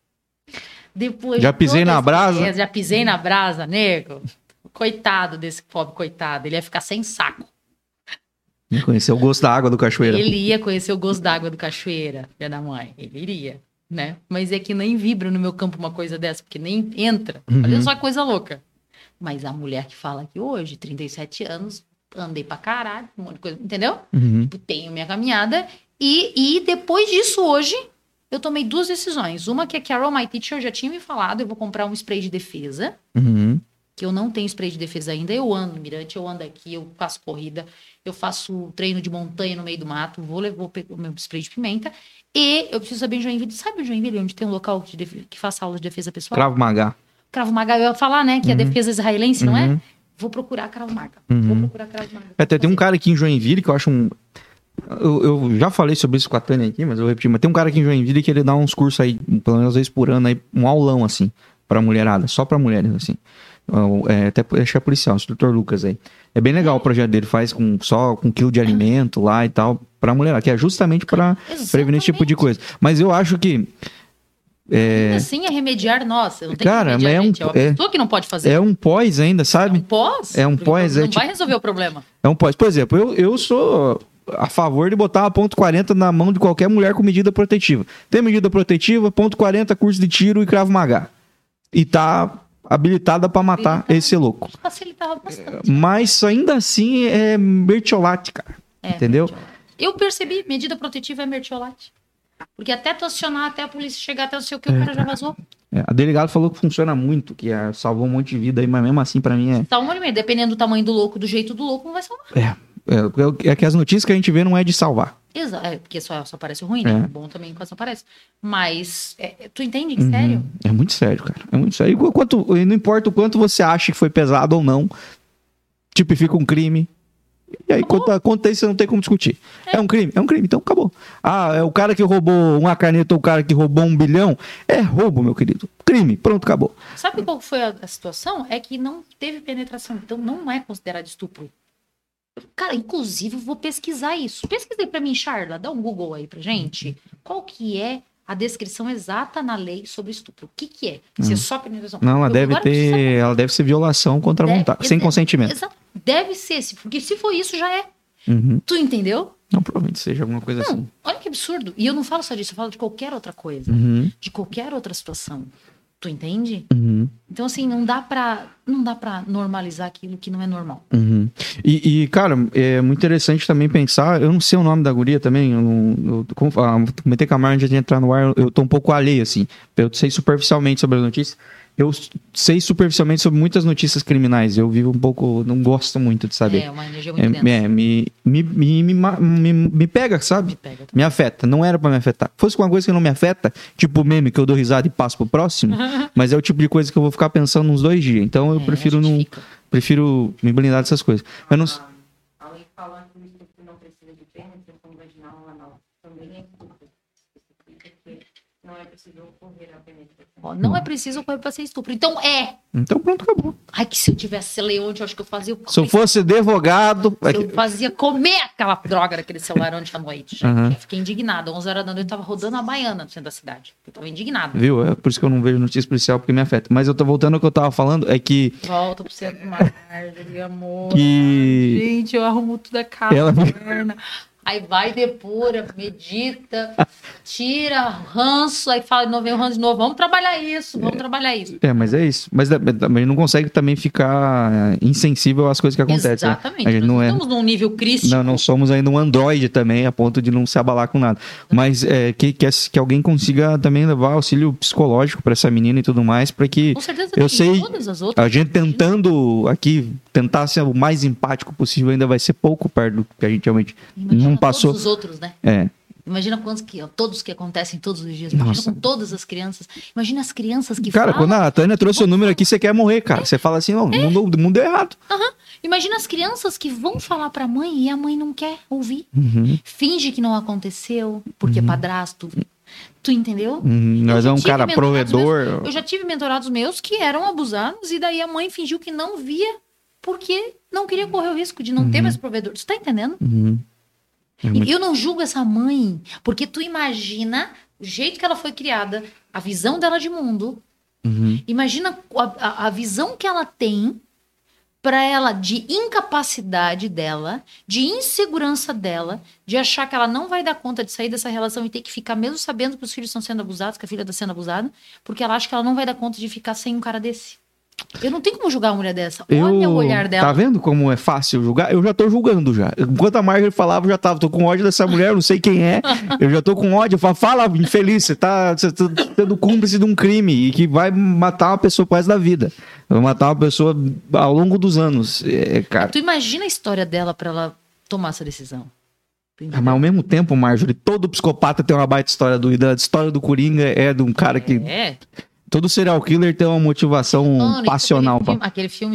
depois Já de pisei toda na essa brasa. experiência, já pisei na brasa, nego. Coitado desse pobre coitado, ele ia ficar sem saco. Conhecer o gosto da água do cachoeira. Ele ia conhecer o gosto d'água do cachoeira, filha da mãe. Ele iria, né? Mas é que nem vibra no meu campo uma coisa dessa, porque nem entra. Olha só que coisa louca. Mas a mulher que fala aqui hoje, 37 anos, andei pra caralho, um monte de coisa, entendeu? Uhum. Tipo, tenho minha caminhada. E depois disso, hoje, eu tomei 2 decisões. Uma que a Carol, my teacher, já tinha me falado, eu vou comprar um spray de defesa. Uhum. Que eu não tenho spray de defesa ainda, eu ando no Mirante, eu ando aqui, eu faço corrida, eu faço treino de montanha no meio do mato, vou pegar o meu spray de pimenta, e eu preciso saber em Joinville, sabe em Joinville, onde tem um local que faça aula de defesa pessoal? Cravo Maga. Cravo Maga, eu ia falar, né, que é a defesa israelense, não é? Vou procurar Cravo Maga, vou procurar Cravo Maga. Até tem um cara aqui em Joinville que eu acho um... Eu já falei sobre isso com a Tânia aqui, mas eu vou repetir. Mas tem um cara aqui em Joinville que ele dá uns cursos aí, pelo menos 1 vez por ano, aí, um aulão, assim, pra mulherada, só pra mulheres, assim. Até acho que é policial, o instrutor Lucas aí. É bem legal o projeto dele, faz só com quilo de alimento lá e tal, pra mulherada, que é justamente pra prevenir esse tipo de coisa. Mas eu acho que... Assim é remediar, nossa, não tem Cara, que remediar, é um- gente, é uma pessoa que não pode fazer. É um pós ainda, sabe? Um pós? É um pós, Não é vai tipo- resolver o problema. É um pós. Por exemplo, eu sou a favor de botar a ponto 40 na mão de qualquer mulher com medida protetiva. Tem medida protetiva, ponto 40, curso de tiro e Cravo Maga. E tá habilitada pra matar Habilitada. esse louco. Facilitava bastante. Mas ainda assim é mertiolate, cara. É, Entendeu? mertiolate. Eu percebi, medida protetiva é mertiolate. Porque até tu acionar, até a polícia chegar, até não sei o que, o cara já vazou. A delegada falou que funciona muito, que salvou um monte de vida aí, mas mesmo assim pra mim Tá um limite. Dependendo do tamanho do louco, do jeito do louco, não vai salvar. é que as notícias que a gente vê não é de salvar. Exato. Porque só parece ruim, né? É. O bom também quase não parece. Mas, tu entende? Sério? É muito sério, cara. É muito sério. E não importa o quanto você acha que foi pesado ou não, tipifica um crime. E aí, quanto isso, você não tem como discutir. É um crime, então acabou. É o cara que roubou uma caneta ou o cara que roubou 1 bilhão. É roubo, meu querido. Crime, pronto, acabou. Sabe qual foi a situação? É que não teve penetração. Então, não é considerado estupro. Cara, inclusive, eu vou pesquisar isso. Pesquisei pra mim, Charla. Dá um Google aí pra gente. Qual que é a descrição exata na lei sobre estupro? O que é? Se é só penetração? Não, ela Eu deve agora preciso saber. ela deve ser violação contra a vontade, sem consentimento. Exato. Deve ser, porque se for isso, já é. Uhum. Tu entendeu? Não, provavelmente seja alguma coisa assim. Olha que absurdo. E eu não falo só disso, eu falo de qualquer outra coisa. Uhum. De qualquer outra situação. Tu entende? Uhum. Então, assim, não dá pra normalizar aquilo que não é normal. Uhum. E, cara, é muito interessante também pensar. Eu não sei o nome da guria também. Como comentei com a Marja de entrar no ar, eu tô um pouco alheio, assim. Eu sei superficialmente sobre as notícias. Eu sei superficialmente sobre muitas notícias criminais. Eu vivo um pouco. Não gosto muito de saber. É uma energia muito densa. Me pega, sabe? Me pega também. Me afeta. Não era pra me afetar. Fosse com uma coisa que não me afeta, tipo meme que eu dou risada e passo pro próximo, mas é o tipo de coisa que eu vou ficar pensando uns 2 dias. Então eu prefiro a gente não. fica. Prefiro me blindar dessas coisas. Mas não. A lei fala que o estupro não precisa de penetração vaginal ou anal. Também é estupro. Porque não é possível ocorrer a penetração. Ó, não é preciso ocorrer pra ser estupro. Então Então pronto, acabou. Ai, que se eu tivesse Leonte, eu acho que eu fazia. Se eu fosse advogado. Eu fazia comer aquela droga daquele celular ontem à noite. Gente. Uhum. Eu fiquei indignada. 11 horas da noite eu tava rodando a baiana no centro da cidade. Eu tava indignada. Viu? É por isso que eu não vejo notícia policial, porque me afeta. Mas eu tô voltando ao que eu tava falando, é que. Volta pro centro do mar, amor. Que- Gente, eu arrumo tudo a casa. Ela- perna. Aí vai, depura, medita, tira ranço, aí fala de novo, vem o ranço de novo, vamos trabalhar isso. Mas é isso. Mas também não consegue também ficar insensível às coisas que acontecem. Exatamente. Né? A gente Nós não estamos num nível crístico. Não somos ainda um androide também, a ponto de não se abalar com nada. Mas que alguém consiga também levar auxílio psicológico para essa menina e tudo mais, para que Com certeza eu tem sei, todas as outras. a gente tentando aqui, tentar ser o mais empático possível, ainda vai ser pouco perto do que a gente realmente Imagina não passou. todos os outros, né? Imagina todos que acontem todos os dias. Imagina com todas as crianças. Imagina as crianças que Cara, falam. quando a Tânia trouxe o número aqui, você quer morrer, cara. Você fala assim, não, o mundo é errado. Imagina as crianças que vão falar pra mãe e a mãe não quer ouvir. Finge que não aconteceu, porque é padrasto. Tu entendeu? Nós é um cara provedor. Eu já tive mentorados meus que eram abusados e daí a mãe fingiu que não via porque não queria correr o risco de não ter mais provedor. Tu tá entendendo? E eu não julgo essa mãe, porque tu imagina o jeito que ela foi criada, a visão dela de mundo. Imagina a visão que ela tem para ela de incapacidade dela, de insegurança dela, de achar que ela não vai dar conta de sair dessa relação e ter que ficar mesmo sabendo que os filhos estão sendo abusados, que a filha está sendo abusada, porque ela acha que ela não vai dar conta de ficar sem um cara desse. Eu não tenho como julgar uma mulher dessa. Olha o olhar dela. Tá vendo como é fácil julgar? Eu já tô julgando já. Enquanto a Marjorie falava, eu já tô com ódio dessa mulher, eu não sei quem é. Eu já tô com ódio. Eu falo, fala, infeliz, você tá sendo cúmplice de um crime e que vai matar uma pessoa pro resto da vida. Vai matar uma pessoa ao longo dos anos. Cara. Tu imagina a história dela pra ela tomar essa decisão. Mas ao mesmo tempo, Marjorie, todo psicopata tem uma baita história doida. A história do Coringa é de um cara que... Todo serial killer tem uma motivação passional. Aquele filme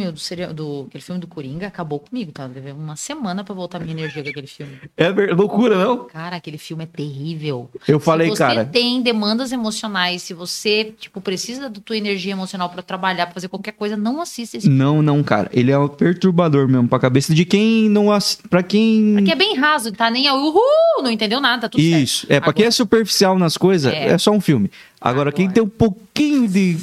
do Coringa acabou comigo, tá? Levei uma semana pra voltar minha energia com aquele filme. É loucura, não? Cara, aquele filme é terrível. Eu falei, cara... Se você tem demandas emocionais, se você, precisa da tua energia emocional pra trabalhar, pra fazer qualquer coisa, não assista esse filme. Não, cara. Ele é um perturbador mesmo pra cabeça de quem não... Pra quem... Porque é bem raso, tá nem não entendeu nada, tá tudo certo. Isso. Pra quem é superficial nas coisas, é só um filme. Agora, quem tem um pouquinho de...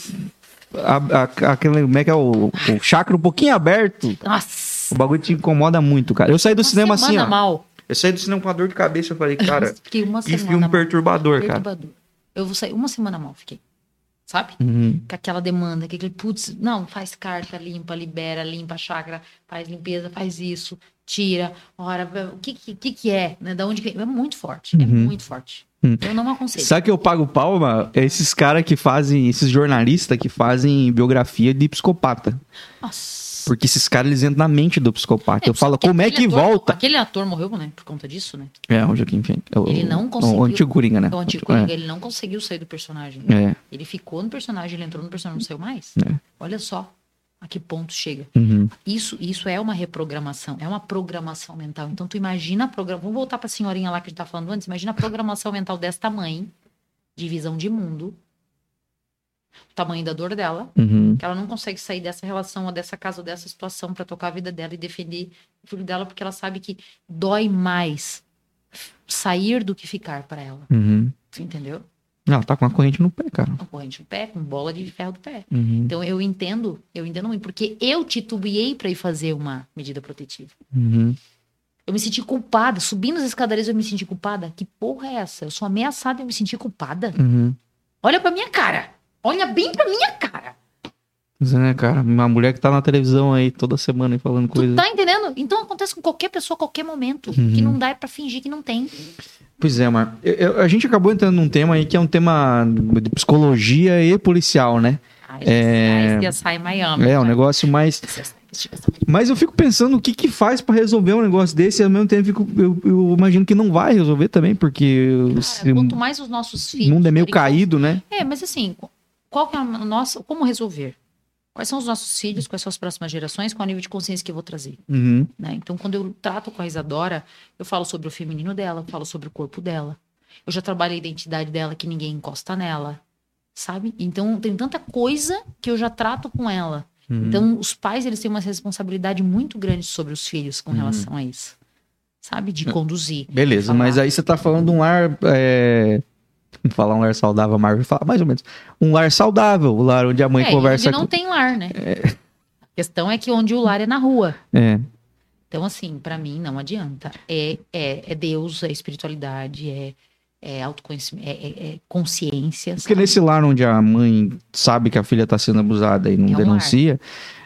como é que é o chakra um pouquinho aberto... Nossa! O bagulho te incomoda muito, cara. Eu saí do cinema assim, ó. Mal. Eu saí do cinema com uma dor de cabeça. Eu falei, cara, que filme perturbador, cara. Eu vou sair uma semana mal, fiquei. Sabe? Com aquela demanda, que aquele, putz, não, faz carta, limpa, libera, limpa a chácara, faz limpeza, faz isso, tira, ora, o que é, né? Da onde que é muito forte, é muito forte. Eu não aconselho. Sabe que eu pago palma? É esses caras que fazem, esses jornalistas que fazem biografia de psicopata. Nossa. Porque esses caras, eles entram na mente do psicopata. Eu falo, como é que volta? Aquele ator morreu, né? Por conta disso, né? O Joaquim Phoenix. Ele não conseguiu... O antigo Coringa, né? O antigo Coringa, ele não conseguiu sair do personagem. Ele ficou no personagem, ele entrou no personagem, não saiu mais. Olha só a que ponto chega. Isso é uma reprogramação, é uma programação mental. Então, tu imagina vamos voltar pra senhorinha lá que a gente tá falando antes. Imagina a programação mental desta mãe, de visão de mundo, o tamanho da dor dela, que ela não consegue sair dessa relação, ou dessa casa, ou dessa situação pra tocar a vida dela e defender o filho dela, porque ela sabe que dói mais sair do que ficar pra ela. Entendeu? Ela tá com uma corrente no pé, cara. Uma corrente no pé, com bola de ferro do pé. Então eu entendo muito, porque eu titubeei pra ir fazer uma medida protetiva. Eu me senti culpada, subindo as escadarias eu me senti culpada. Que porra é essa? Eu sou ameaçada e eu me senti culpada? Olha pra minha cara. Olha bem pra minha cara. Né, cara? Uma mulher que tá na televisão aí toda semana aí falando coisa. Tu tá entendendo? Então acontece com qualquer pessoa, a qualquer momento. Que não dá pra fingir que não tem. Pois é, Mar. A gente acabou entrando num tema aí que é um tema de psicologia e policial, né? CSI Miami. Um negócio mais... Mas eu fico pensando o que faz pra resolver um negócio desse e ao mesmo tempo eu imagino que não vai resolver também, porque... Cara, quanto mais os nossos filhos... O mundo é meio caído, né? Mas assim, qual que é a nossa... Como resolver? Quais são os nossos filhos, quais são as próximas gerações, qual é o nível de consciência que eu vou trazer. Né? Então, quando eu trato com a Isadora, eu falo sobre o feminino dela, eu falo sobre o corpo dela. Eu já trabalho a identidade dela, que ninguém encosta nela, sabe? Então, tem tanta coisa que eu já trato com ela. Então, os pais, eles têm uma responsabilidade muito grande sobre os filhos com relação a isso. Sabe? De conduzir. Beleza, mas aí você tá falando de um lar... Falar um lar saudável, a Marvel fala mais ou menos. Um lar saudável, o lar onde a mãe conversa... Onde não tem lar, né? A questão é que onde o lar é na rua. Então, assim, pra mim não adianta. É Deus, é espiritualidade, é autoconhecimento, é consciência. Porque sabe? nesse lar onde a mãe sabe que a filha está sendo abusada e não É um denuncia,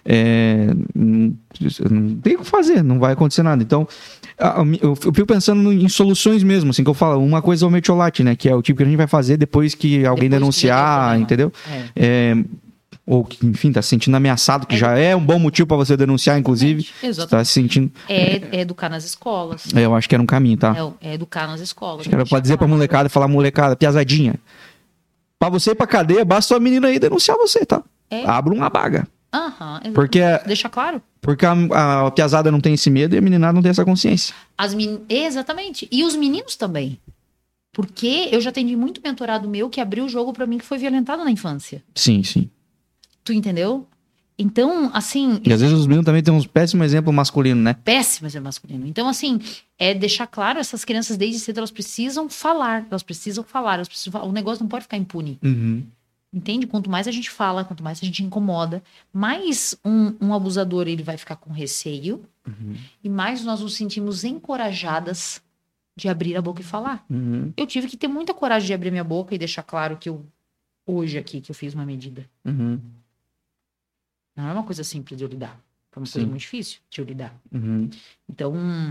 não tem o que fazer, não vai acontecer nada. Então, eu fico pensando em soluções mesmo, assim, que eu falo, uma coisa é o metiolate, né, que é o tipo que a gente vai fazer depois que alguém Depois que já deu denunciar, problema. entendeu? Ou que, enfim, tá se sentindo ameaçado, que É. já é um bom motivo para você denunciar, inclusive. Exatamente. Tá se sentindo... É educar nas escolas. Eu acho que era um caminho, tá? É educar nas escolas. Acho que era pra dizer pra molecada, falar molecada, piazadinha. Pra você ir pra cadeia, basta uma menina aí denunciar você, tá? Abra uma vaga. Aham, Porque, deixa claro. porque a piazada não tem esse medo e a meninada não tem essa consciência. Exatamente. E os meninos também. Porque eu já atendi muito mentorado meu que abriu o jogo pra mim que foi violentado na infância. Sim, sim. Tu entendeu? Então, assim... E às vezes os meninos também têm uns péssimos exemplos masculinos, né? Péssimo ser masculino. Então, assim, é deixar claro, essas crianças desde cedo, elas precisam falar. O negócio não pode ficar impune. Uhum. Entende? Quanto mais a gente fala, quanto mais a gente incomoda, mais um abusador ele vai ficar com receio e mais nós nos sentimos encorajadas de abrir a boca e falar. Uhum. Eu tive que ter muita coragem de abrir minha boca e deixar claro que hoje aqui, que eu fiz uma medida. Uhum. Não é uma coisa simples de eu lidar. É uma Sim. coisa muito difícil de eu lidar. Uhum. Então,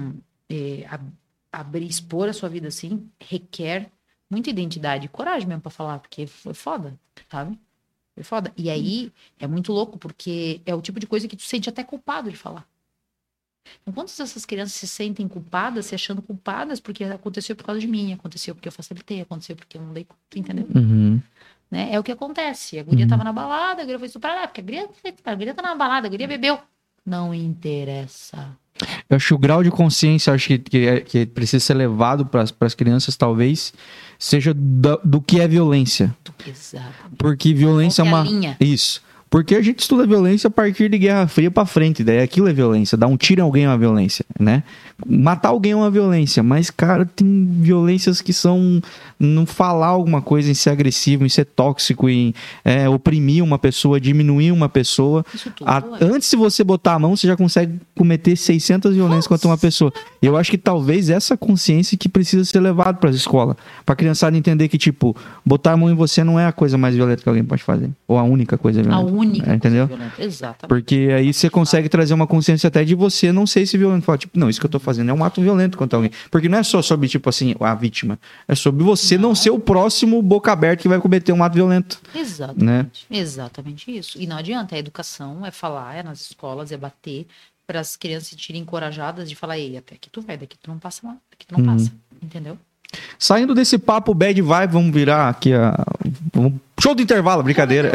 abrir, expor a sua vida assim, requer muita identidade e coragem mesmo pra falar, porque foi foda, sabe? Foi foda. E aí, é muito louco, porque é o tipo de coisa que tu se sente até culpado de falar. Então, quantas dessas crianças se sentem culpadas, se achando culpadas, porque aconteceu por causa de mim, aconteceu porque eu facilitei, aconteceu porque eu não dei conta, entendeu? Uhum. Né? É o que acontece. A guria tava na balada, a guria foi estuprada, porque a guria tá na balada, a guria bebeu. Não interessa. Eu acho que o grau de consciência acho que precisa ser levado para as crianças, talvez, seja do que é violência. Exato. Porque violência é Qual que é uma... a linha? Isso. Porque a gente estuda violência a partir de Guerra Fria pra frente, daí aquilo é violência, dar um tiro em alguém é uma violência, né? Matar alguém é uma violência, mas, cara, tem violências que são não falar alguma coisa, em ser agressivo, em ser tóxico, em oprimir uma pessoa, diminuir uma pessoa. Isso tudo. Antes de você botar a mão, você já consegue cometer 600 violências contra uma pessoa. Eu acho que talvez essa consciência que precisa ser levada para as escolas, pra criançada entender que, tipo, botar a mão em você não é a coisa mais violenta que alguém pode fazer, ou a única coisa violenta. A única entendeu? coisa violenta. Exatamente. Porque aí você consegue trazer uma consciência até de você não ser esse violento. Falar, tipo, não, isso que eu tô fazendo é um ato violento contra alguém. Porque não é só sobre, tipo assim, a vítima. É sobre você não ser o próximo boca aberta que vai cometer um ato violento. Exatamente. Né? Exatamente isso. E não adianta. A educação é falar, é nas escolas, é bater para as crianças se sentirem encorajadas de falar, ei, até aqui tu vai, daqui tu não passa lá, daqui tu não passa. Entendeu? Saindo desse papo bad vibe, vamos virar aqui show do intervalo, brincadeira.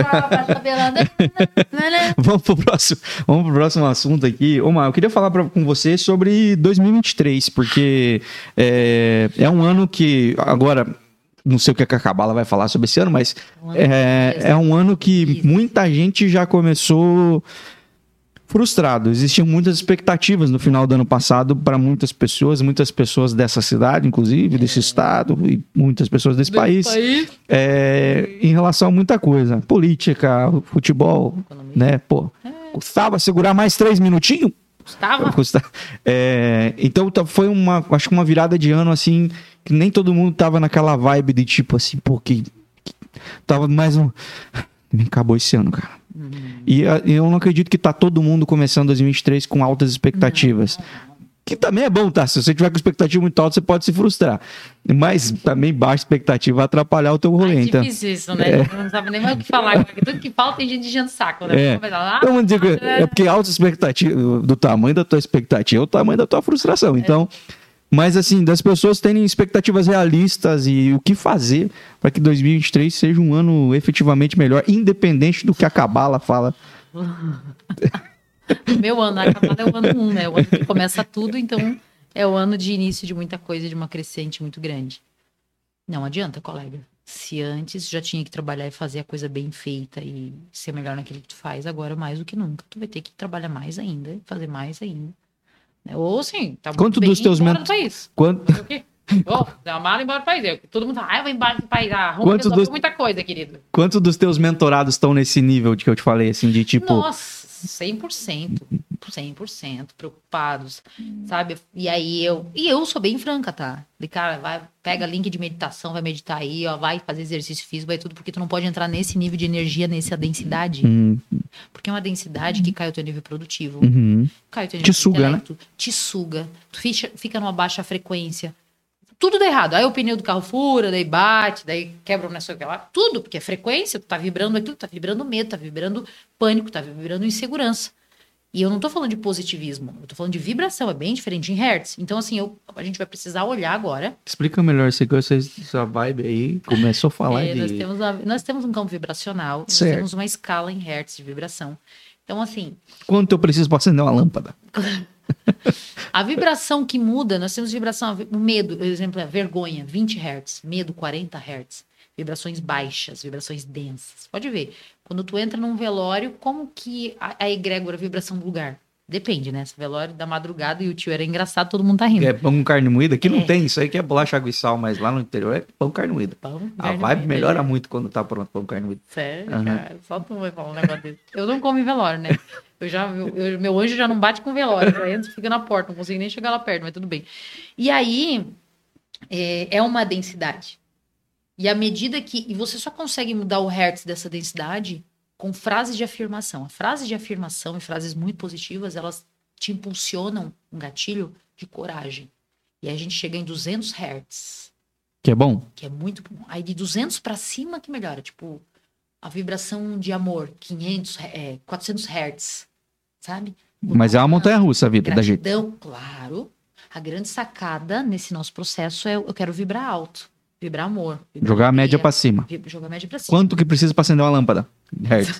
Vamos pro próximo assunto aqui. Omar, eu queria falar com você sobre 2023, porque é um ano que agora... Não sei o que a Cabala vai falar sobre esse ano, mas é um ano que muita gente já começou frustrado. Existiam muitas expectativas no final do ano passado para muitas pessoas dessa cidade, inclusive, desse estado, e muitas pessoas desse país. Em relação a muita coisa. Política, futebol, economia, né? Pô, custava segurar mais 3 minutinhos? Custava. Então foi acho que uma virada de ano assim, que nem todo mundo tava naquela vibe de tipo assim, pô, que tava mais um... Acabou esse ano, cara. E eu não acredito que tá todo mundo começando 2023 com altas expectativas. Que também é bom, tá? Se você tiver com expectativa muito alta, você pode se frustrar. Mas também baixa expectativa vai atrapalhar o teu rolê. É difícil isso, né? Não sabe nem mais o que falar. Tudo que falta tem gente enchendo o saco, né? Então, é porque a alta expectativa, do tamanho da tua expectativa, é o tamanho da tua frustração. Então, mas assim, das pessoas terem expectativas realistas e o que fazer para que 2023 seja um ano efetivamente melhor, independente do que a Cabala fala. Meu ano, a Cabala é o ano 1, né? O ano que começa tudo, então é o ano de início de muita coisa, de uma crescente muito grande. Não adianta, colega. Se antes já tinha que trabalhar e fazer a coisa bem feita e ser melhor naquilo que tu faz, agora mais do que nunca. Tu vai ter que trabalhar mais ainda, fazer mais ainda. Ou assim, tá quanto muito dos bem teus embora do país. Quanto... O quê? Dá uma mala embora do país. Todo mundo fala, eu vou embora do país. Arruma muita coisa, querido. Quantos dos teus mentorados estão nesse nível de que eu te falei, assim, de tipo... Nossa, 100%. 100% preocupados, sabe? E aí eu sou bem franca, tá? De cara, vai, pega link de meditação, vai meditar aí, ó, vai fazer exercício físico, vai tudo, porque tu não pode entrar nesse nível de energia, nessa densidade. Porque é uma densidade que cai o teu nível produtivo, cai o teu nível Te suga, intelecto, te suga, tu fica numa baixa frequência. Tudo dá errado. Aí o pneu do carro fura, daí bate, daí quebra um negócio lá. Tudo, porque é frequência, tu tá vibrando aquilo, tá vibrando medo, tá vibrando pânico, tá vibrando insegurança. E eu não tô falando de positivismo, eu tô falando de vibração, é bem diferente em hertz. Então, assim, a gente vai precisar olhar agora. Explica melhor essa vibe aí. Começou a falar de... Nós temos um campo vibracional, nós Certo. temos uma escala em hertz de vibração. Então, assim, Quanto eu preciso pra acender uma lâmpada? a vibração que muda, nós temos vibração, o medo, por exemplo, é vergonha, 20 Hz, medo, 40 Hz, vibrações baixas, vibrações densas. Pode ver, quando tu entra num velório, como que a egrégora, a vibração do lugar? Depende, né? Esse velório da madrugada e o tio era engraçado, todo mundo tá rindo. É pão com carne moída? Aqui não tem, isso aí que é bolacha, água e sal, mas lá no interior é pão com carne moída. Pão, A carne vibe moída. melhora muito quando tá pronto pão com carne moída. Sério, Aham. cara? Só tu vai falar um negócio desse. Eu não como em velório, né? Meu anjo já não bate com velório. Já entra e fica na porta. Não consigo nem chegar lá perto, mas tudo bem. E aí, é uma densidade. E à medida que... E você só consegue mudar o hertz dessa densidade com frases de afirmação. A frase de afirmação e frases muito positivas, elas te impulsionam um gatilho de coragem. E aí a gente chega em 200 hertz. Que é bom? Que é muito bom. Aí de 200 pra cima que melhora. Tipo, a vibração de amor, 400 hertz, sabe? Mas é uma montanha-russa a vida da gente. Gratidão, claro. A grande sacada nesse nosso processo é eu quero vibrar alto, vibrar amor. Vibrar Jogar a média alegria, pra cima. Jogar a média pra cima. Quanto que precisa pra acender uma lâmpada? Hertz.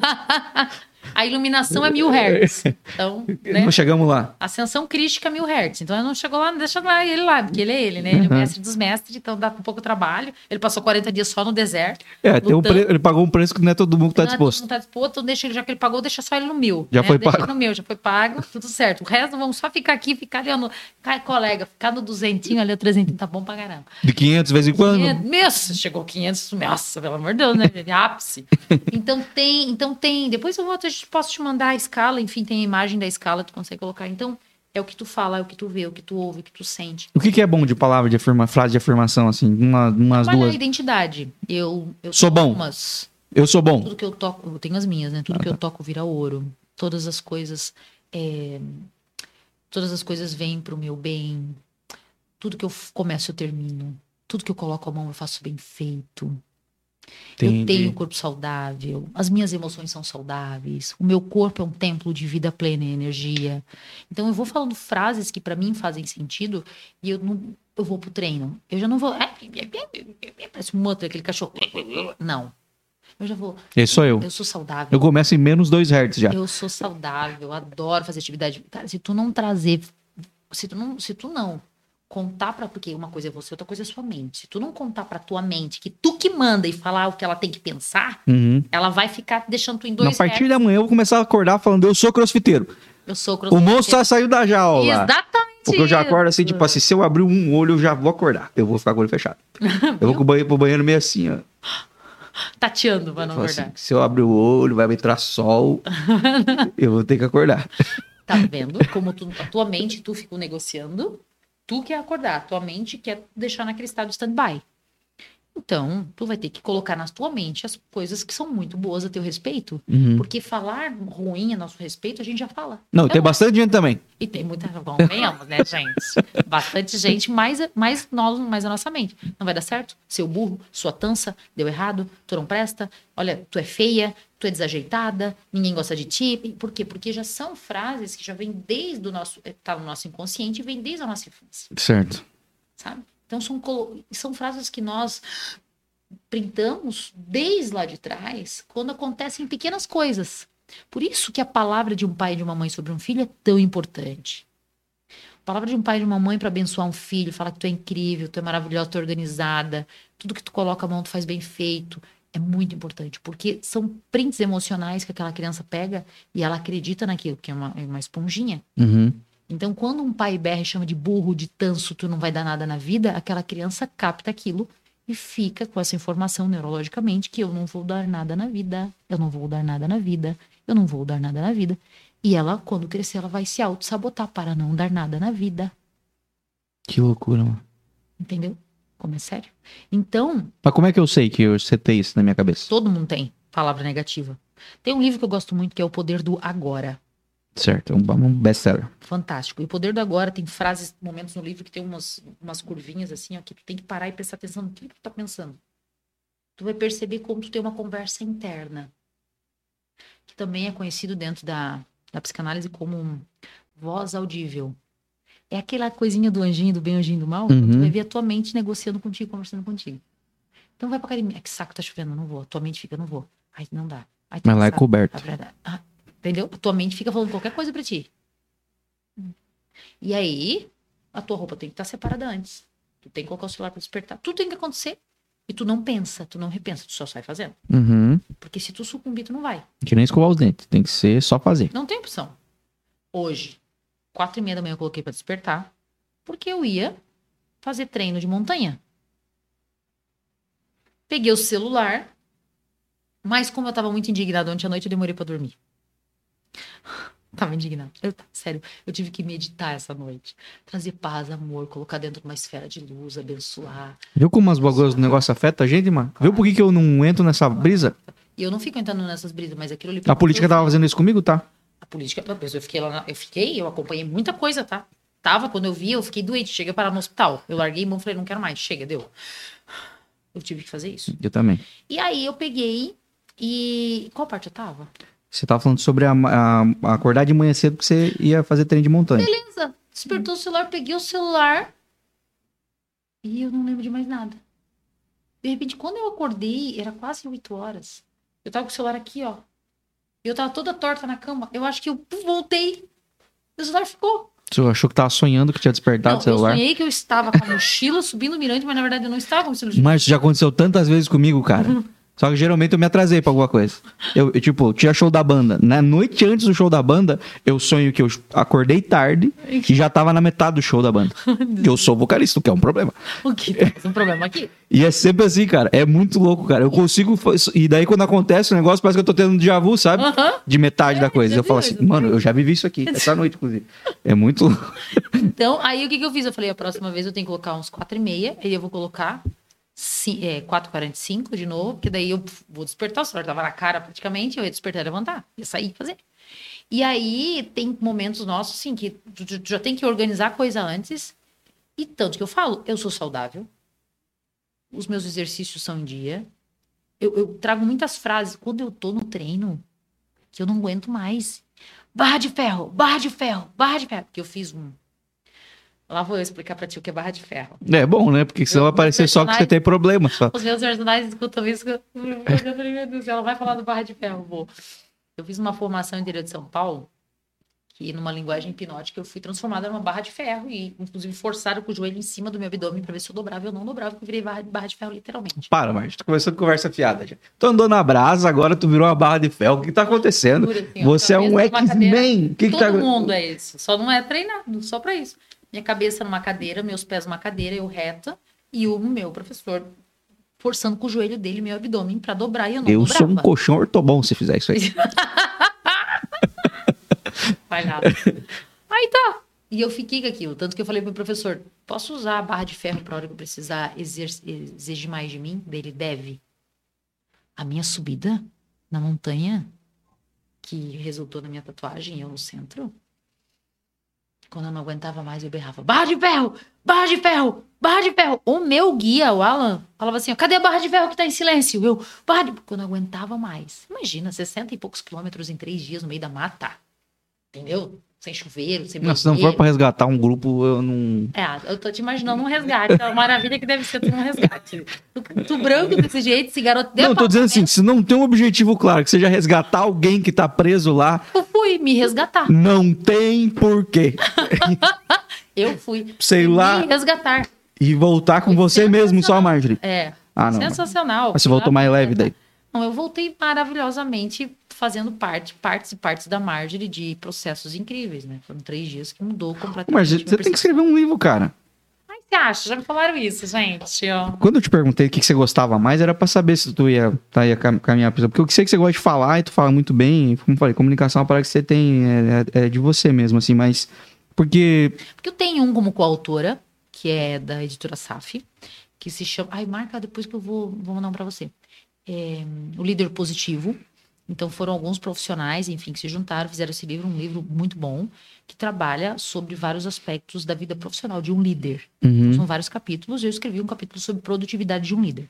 A iluminação é 1000 Hz. Então, né? Não chegamos lá. Ascensão crística 1000 Hz. Então, ele não chegou lá, deixa lá ele lá, porque ele é ele, né? Ele é o mestre dos mestres, então dá um pouco trabalho. Ele passou 40 dias só no deserto. Ele pagou um preço que não é todo mundo que tá Não é todo disposto. mundo tá disposto, então deixa ele, já que ele pagou, deixa só ele no 1000. Já foi deixa pago. ele no 1000, já foi pago, tudo certo. O resto, vamos só ficar aqui, ficar ali, no... colega, ficar no 200 ali, o 300, tá bom pra caramba. De 500 de vez em quando. 500, nossa, chegou 500, nossa, pelo amor de Deus, né? Ápice. Então tem, depois eu posso te mandar a escala, enfim, tem a imagem da escala, tu consegue colocar. Então, é o que tu fala, é o que tu vê, é o que tu ouve, é o que tu sente. O que é bom de palavra de frase de afirmação, assim? Umas Trabalhar a duas. identidade. Eu Sou tenho bom. umas- Eu sou bom. Tudo que eu toco, eu tenho as minhas, né? Tudo que eu toco vira ouro. Todas as coisas vêm pro meu bem. Tudo que eu começo, eu termino. Tudo que eu coloco a mão, eu faço bem feito. Eu Entendi. tenho um corpo saudável. As minhas emoções são saudáveis. O meu corpo é um templo de vida plena e energia. Então, eu vou falando frases que pra mim fazem sentido e eu vou pro treino. Eu já não vou... Parece um outro, aquele cachorro. Não. Eu já vou... Esse sou eu. Eu sou saudável. Eu começo em menos 2 Hz já. Eu sou saudável, eu adoro fazer atividade. Cara, se tu não trazer, se tu não contar pra, porque uma coisa é você, outra coisa é sua mente. Se tu não contar pra tua mente que tu que manda e falar o que ela tem que pensar, Uhum. ela vai ficar deixando tu em Na 2 partir hertz. da manhã eu vou começar a acordar falando, eu sou crossfiteiro. Eu sou O crossfiteiro. moço já saiu da jaula. Exatamente. Porque eu já acordo assim, isso. tipo assim, se eu abrir um olho, eu já vou acordar. Eu vou ficar com o olho fechado. Eu vou pro banheiro meio assim, ó. Tateando pra não Falo acordar. assim, se eu abrir o olho, vai entrar sol. Eu vou ter que acordar. Tá vendo? Como a tua mente, tu fica negociando, tu quer acordar, a tua mente quer deixar naquele estado de stand-by. Então, tu vai ter que colocar na tua mente as coisas que são muito boas a teu respeito. Uhum. Porque falar ruim a nosso respeito, a gente já fala. Não, É tem bom. bastante gente também. E tem muita... Convenhamos, né, gente? Bastante gente, mais a nossa mente. Não vai dar certo? Seu burro, sua tança, deu errado, tu não presta, olha, tu é feia, tu é desajeitada, ninguém gosta de ti. Por quê? Porque já são frases que já vêm desde o nosso... Tá no nosso inconsciente e vêm desde a nossa infância, Certo. sabe? Então, são frases que nós printamos desde lá de trás, quando acontecem pequenas coisas. Por isso que a palavra de um pai e de uma mãe sobre um filho é tão importante. A palavra de um pai e de uma mãe para abençoar um filho, falar que tu é incrível, tu é maravilhosa, tu é organizada, tudo que tu coloca a mão tu faz bem feito, é muito importante, porque são prints emocionais que aquela criança pega e ela acredita naquilo, que é uma esponjinha. Uhum. Então, quando um pai berra e chama de burro, de tanso, tu não vai dar nada na vida, aquela criança capta aquilo e fica com essa informação neurologicamente que eu não vou dar nada na vida, eu não vou dar nada na vida, eu não vou dar nada na vida. E ela, quando crescer, ela vai se auto-sabotar para não dar nada na vida. Que loucura, mano. Entendeu? Como é sério. Então, Mas como é que eu sei que eu setei isso na minha cabeça? todo mundo tem palavra negativa. Tem um livro que eu gosto muito que é O Poder do Agora. Certo, é um best-seller. Fantástico. E O Poder do Agora tem frases, momentos no livro que tem umas curvinhas assim, ó, que tu tem que parar e prestar atenção no que tu tá pensando. Tu vai perceber como tu tem uma conversa interna. Que também é conhecido dentro da psicanálise como voz audível. É aquela coisinha do anjinho, do bem, anjinho do mal. Uhum. Tu vai ver a tua mente negociando contigo, conversando contigo. Então vai pra academia. Que saco, tá chovendo, não vou. A tua mente fica, não vou. Ai, não dá. Ai, tô Mas lá é cansado. coberto. Entendeu? A tua mente fica falando qualquer coisa pra ti. E aí, a tua roupa tem que estar separada antes. Tu tem que colocar o celular pra despertar. Tudo tem que acontecer. E tu não pensa, tu não repensa, tu só sai fazendo. Uhum. Porque se tu sucumbir, tu não vai. Que nem escovar os dentes. Tem que ser só fazer. Não tem opção. Hoje, 4:30 da manhã eu coloquei pra despertar, porque eu ia fazer treino de montanha. Peguei o celular, mas como eu tava muito indignado ontem à noite, eu demorei pra dormir. Tava indignado. Sério, eu tive que meditar essa noite. Trazer paz, amor, colocar dentro de uma esfera de luz, abençoar. Viu como as bagulhas do negócio afetam a gente, mano? Viu por que eu não entro nessa brisa? E eu não fico entrando nessas brisas, mas aquilo ali... A política tava fazendo isso comigo, tá? A política, eu fiquei lá, eu acompanhei muita coisa, tá? Quando eu vi, eu fiquei doente, cheguei a parar no hospital. Eu larguei a mão e falei, não quero mais, chega, deu. Eu tive que fazer isso. Eu também. E aí eu peguei e... Qual parte eu tava? Você tava falando sobre acordar de manhã cedo porque você ia fazer treino de montanha. Beleza, despertou o celular, peguei o celular e eu não lembro de mais nada. De repente, quando eu acordei, era quase 8 horas. Eu tava com o celular aqui, ó. E eu tava toda torta na cama. Eu acho que eu voltei. O celular ficou. Você achou que tava sonhando que tinha despertado Não, o celular? eu sonhei que eu estava com a mochila subindo o mirante, mas na verdade eu não estava com a mochila. Mas isso já aconteceu tantas vezes comigo, cara. Só que geralmente eu me atrasei pra alguma coisa. Eu tinha show da banda. Na noite antes do show da banda, eu sonho que eu acordei tarde e já tava na metade do show da banda. Eu sou vocalista, o que é um problema. O que? Tem um problema aqui? E é sempre assim, cara. É muito louco, cara. Eu consigo... E daí quando acontece o negócio, parece que eu tô tendo um déjà vu, sabe? Aham. De metade da coisa. Eu falo assim, mano, eu já vivi isso aqui. Essa noite, inclusive. É muito louco. Então, aí o que eu fiz? Eu falei, a próxima vez eu tenho que colocar uns 4:30, aí eu vou colocar 4:45 de novo, porque daí eu vou despertar, o celular tava na cara praticamente, eu ia despertar e levantar, ia sair e fazer. E aí tem momentos nossos, assim, que tu já tem que organizar a coisa antes, e tanto que eu falo, eu sou saudável, os meus exercícios são em dia, eu trago muitas frases, quando eu tô no treino, que eu não aguento mais. Barra de ferro, barra de ferro, barra de ferro, porque eu fiz um... Lá vou eu explicar pra ti o que é barra de ferro. É bom, né? Porque senão vai parecer só que você tem problema. Só. Os meus personagens escutam isso. Eu falei, meu Deus, ela vai falar do barra de ferro. Vou. Eu fiz uma formação no interior de São Paulo, que numa linguagem hipnótica eu fui transformada numa barra de ferro e, inclusive, forçaram com o joelho em cima do meu abdômen pra ver se eu dobrava. Eu não dobrava, porque eu virei barra de ferro, literalmente. Para, Marcia. Tá começando conversa fiada já. Tu andou na brasa, agora tu virou uma barra de ferro. O que tá acontecendo? Assim, Você é um cabeça numa X-Men. Todo mundo é isso. Só não é treinado, só pra isso. Minha cabeça numa cadeira, meus pés numa cadeira, eu reta, e o meu professor forçando com o joelho dele meu abdômen pra dobrar, e eu não Eu dobrava. sou um colchão ortobom se fizer isso aí. Vai nada. Aí tá. E eu fiquei com aquilo. Tanto que eu falei pro professor, posso usar a barra de ferro pra hora que eu precisar exigir mais de mim? Dele deve. A minha subida na montanha, que resultou na minha tatuagem, eu no centro... Quando eu não aguentava mais, eu berrava, barra de ferro, barra de ferro, barra de ferro. O meu guia, o Alan, falava assim, ó, cadê a barra de ferro que tá em silêncio? Quando eu aguentava mais. Imagina, 60 e poucos quilômetros em 3 dias no meio da mata. Entendeu? Sem chuveiro, sem banheiro. Se não for pra resgatar um grupo, eu não... Eu tô te imaginando um resgate. É uma maravilha que deve ser um resgate. Tu branco desse jeito, esse garoto... Não, tô dizendo assim, se não tem um objetivo claro, que seja resgatar alguém que tá preso lá... Eu fui me resgatar. Não tem porquê. Eu fui Sei lá. me resgatar. E voltar com você mesmo, só, Marjorie. É. Ah, não. Sensacional. Mas você voltou mais leve daí. Não, eu voltei maravilhosamente fazendo partes da Marjorie de processos incríveis, né? Foram 3 dias que mudou completamente. Mas você tem que escrever um livro, cara. Ai, você acha? Já me falaram isso, gente. Ó. Quando eu te perguntei o que você gostava mais, era pra saber se tu ia caminhar pra isso. Porque eu sei que você gosta de falar e tu fala muito bem. Como eu falei, comunicação é uma parada que você tem, é de você mesmo, assim, mas... Porque eu tenho um como coautora, que é da editora SAF, que se chama... Ai, marca depois que eu vou mandar um pra você. O Líder Positivo. Então foram alguns profissionais, enfim, que se juntaram, fizeram esse livro, um livro muito bom, que trabalha sobre vários aspectos da vida profissional de um líder. Então, são vários capítulos, eu escrevi um capítulo sobre produtividade de um líder.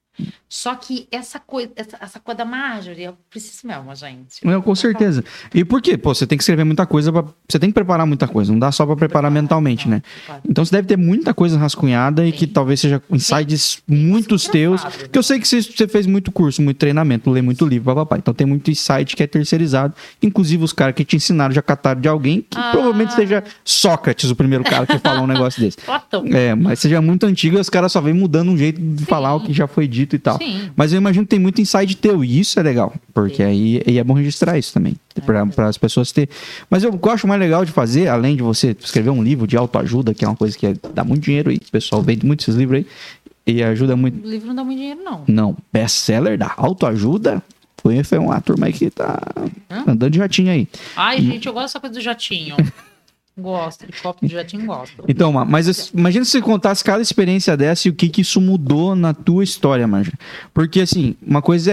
Só que essa coisa da Marjorie, eu preciso mesmo, gente. Não, com certeza. E por quê? Pô, você tem que escrever muita coisa, você tem que preparar muita coisa, não dá só pra preparar mentalmente, né? Então você deve ter muita coisa rascunhada e que talvez seja insights muitos teus. Porque eu sei que você fez muito curso, muito treinamento, lê muito livro, papapá. Então tem muito insight que é terceirizado. Inclusive os caras que te ensinaram já cataram de alguém que provavelmente seja Sócrates, o primeiro cara que falou um negócio desse. Platão. Mas seja muito antigo e os caras só vêm mudando um jeito de falar o que já foi dito e tal. Sim. Mas eu imagino que tem muito insight teu, e isso é legal, porque aí é bom registrar isso também, para as pessoas terem. Mas eu acho mais legal de fazer, além de você escrever um livro de autoajuda, que é uma coisa que dá muito dinheiro aí, o pessoal vende muito esses livros aí, e ajuda muito. O livro não dá muito dinheiro, não. Não, best-seller da autoajuda, foi uma turma aí que tá andando de jatinho aí. Ai, gente, eu gosto dessa coisa do jatinho. Gosto, de copo de jatinho, gosto. Então, mas imagina se você contasse cada experiência dessa e o que isso mudou na tua história, Manja. Porque, assim, uma coisa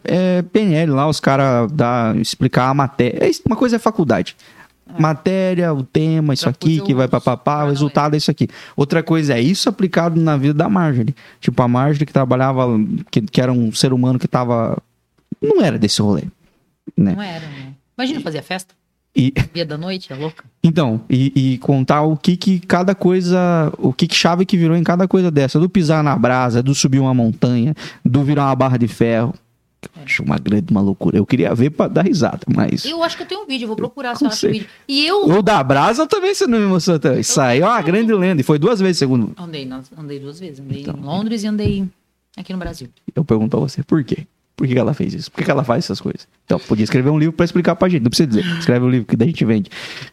é PNL lá, os caras explicar a matéria. Uma coisa é faculdade. Matéria, o tema, isso aqui, que vai papapá, o resultado é isso aqui. Outra coisa é isso aplicado na vida da Marjorie. Tipo, a Marjorie que trabalhava, que era um ser humano que tava... Não era desse rolê, né? Não era, né? Imagina fazer a festa. Dia da noite, é louca. Então, e contar o que cada coisa, o que chave que virou em cada coisa dessa, do pisar na brasa, do subir uma montanha, do virar uma barra de ferro. Acho uma loucura. Eu queria ver pra dar risada, mas... Eu acho que eu tenho um vídeo, eu vou procurar se eu acho o vídeo. O da brasa também você não me mostrou também. Isso aí é uma grande lenda, e foi 2 vezes, segundo. Andei 2 vezes, andei em Londres e andei aqui no Brasil. Eu pergunto a você, por quê? Por que ela fez isso? Por que ela faz essas coisas? Então, podia escrever um livro pra explicar pra gente. Não precisa dizer. Escreve um livro que daí a gente vende.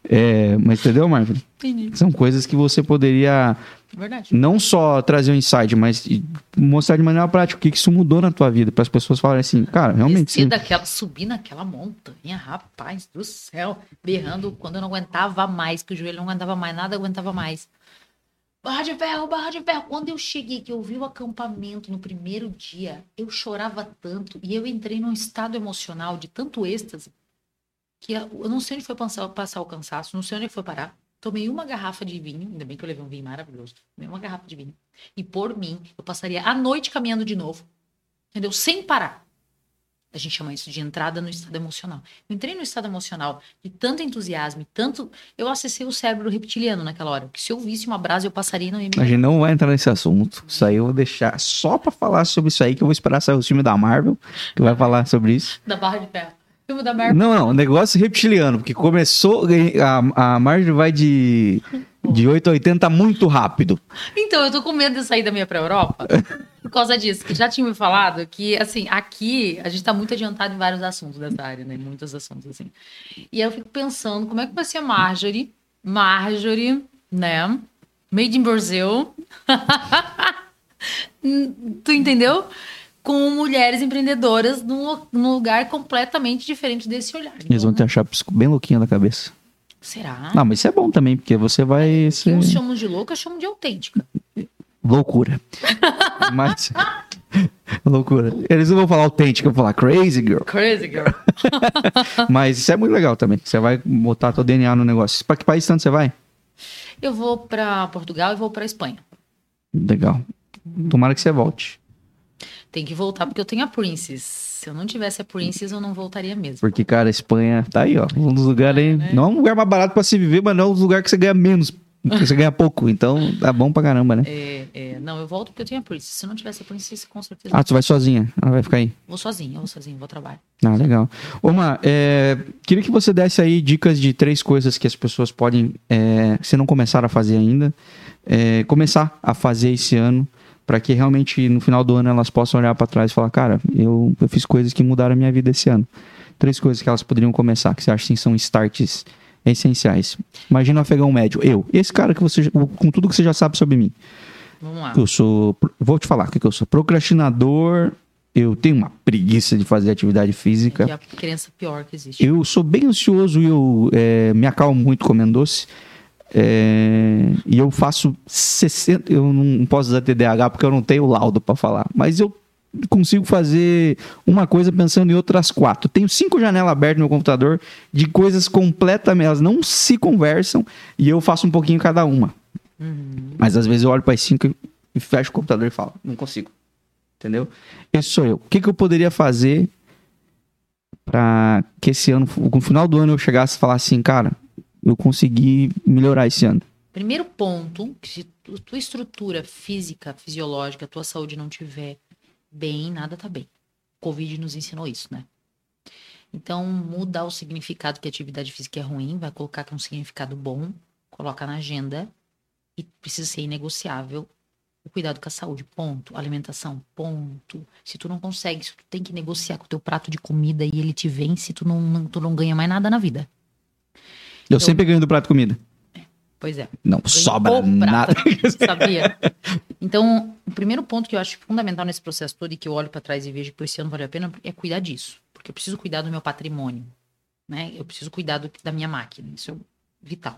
Mas entendeu, Marjorie? Entendi. São coisas que você poderia... Verdade. Não só trazer um insight, mas mostrar de maneira prática o que isso mudou na tua vida. Para as pessoas falarem assim, cara, realmente... Subir naquela montanha, rapaz do céu. Berrando quando eu não aguentava mais. Que o joelho não aguentava mais. Nada aguentava mais. Barra de ferro, barra de ferro. Quando eu cheguei, que eu vi o acampamento no primeiro dia, eu chorava tanto e eu entrei num estado emocional de tanto êxtase que eu não sei onde foi passar o cansaço, não sei onde foi parar. Tomei uma garrafa de vinho, ainda bem que eu levei um vinho maravilhoso. Tomei uma garrafa de vinho. E por mim, eu passaria a noite caminhando de novo, entendeu? Sem parar. A gente chama isso de entrada no estado emocional. Eu entrei no estado emocional de tanto entusiasmo e tanto... Eu acessei o cérebro reptiliano naquela hora. Que se eu visse uma brasa, eu passaria e não ia me... A gente não vai entrar nesse assunto. Isso aí eu vou deixar só pra falar sobre isso aí, que eu vou esperar sair o filme da Marvel, que vai falar sobre isso. Da Barra de Ferro. Filme da Marvel. Não, negócio reptiliano, porque começou... A Marvel vai de 8 a 80 muito rápido. Então, eu tô com medo de sair da minha pra Europa por causa disso, que já tinha me falado que, assim, aqui a gente tá muito adiantado em vários assuntos dessa área, né? Muitos assuntos, assim. E aí eu fico pensando, como é que vai ser a Marjorie, né? Made in Brazil. Tu entendeu? Com mulheres empreendedoras num lugar completamente diferente desse olhar. Eles vão te achar bem louquinha da cabeça. Será? Não, mas isso é bom também, porque você vai ser... Uns chamam de louca, chamam de autêntica. Loucura. Mas... Loucura. Eles não vão falar autêntica, vão falar crazy girl. Crazy girl. Mas isso é muito legal também. Você vai botar teu DNA no negócio. Pra que país tanto você vai? Eu vou pra Portugal e vou pra Espanha. Legal. Tomara que você volte. Tem que voltar porque eu tenho a Princess. Se eu não tivesse a Princess, eu não voltaria mesmo. Porque, cara, a Espanha tá aí, ó. Um dos lugares aí. Né? Não é um lugar mais barato pra se viver, mas não é um lugar que você ganha menos. Que você ganha pouco. Então, tá bom pra caramba, né? Não, eu volto porque eu tenho a Princess. Se eu não tivesse a Princess, com certeza. Ah, tu vai sozinha? Ela vai ficar aí? Vou sozinha, vou trabalhar. Ah, legal. Ô, Mar, queria que você desse aí dicas de 3 coisas que as pessoas podem, se não começaram a fazer ainda, começar a fazer esse ano, para que realmente no final do ano elas possam olhar para trás e falar, cara, eu fiz coisas que mudaram a minha vida esse ano. 3 coisas que elas poderiam começar, que você acha que são starts essenciais. Imagina um afegão médio. Esse cara que você, com tudo que você já sabe sobre mim. Vamos lá. Vou te falar o que eu sou. Procrastinador, eu tenho uma preguiça de fazer atividade física. É a crença pior que existe. Eu sou bem ansioso e eu me acalmo muito comendo doce. E eu faço 60... Eu não posso usar TDAH porque eu não tenho laudo para falar. Mas eu consigo fazer uma coisa pensando em outras 4. Tenho 5 janelas abertas no meu computador de coisas completamente... Elas não se conversam e eu faço um pouquinho cada uma. Mas às vezes eu olho para as 5 e fecho o computador e falo, não consigo. Entendeu? Esse sou eu. O que eu poderia fazer para que esse ano, no final do ano, eu chegasse e falasse assim, cara, eu consegui melhorar esse ano? Primeiro ponto, que se tua estrutura física, fisiológica, tua saúde não tiver bem, nada tá bem. Covid nos ensinou isso, né? Então, mudar o significado que a atividade física é ruim, vai colocar que é um significado bom, coloca na agenda e precisa ser inegociável o cuidado com a saúde, ponto. Alimentação, ponto. Se tu não consegue, se tu tem que negociar com o teu prato de comida e ele te vence, tu não ganha mais nada na vida. Eu sempre ganho do prato de comida. Pois é. Não sobra nada. Sabia? Então, o primeiro ponto que eu acho fundamental nesse processo todo e que eu olho para trás e vejo que esse ano valeu a pena é cuidar disso. Porque eu preciso cuidar do meu patrimônio, né? Eu preciso cuidar da minha máquina. Isso é vital.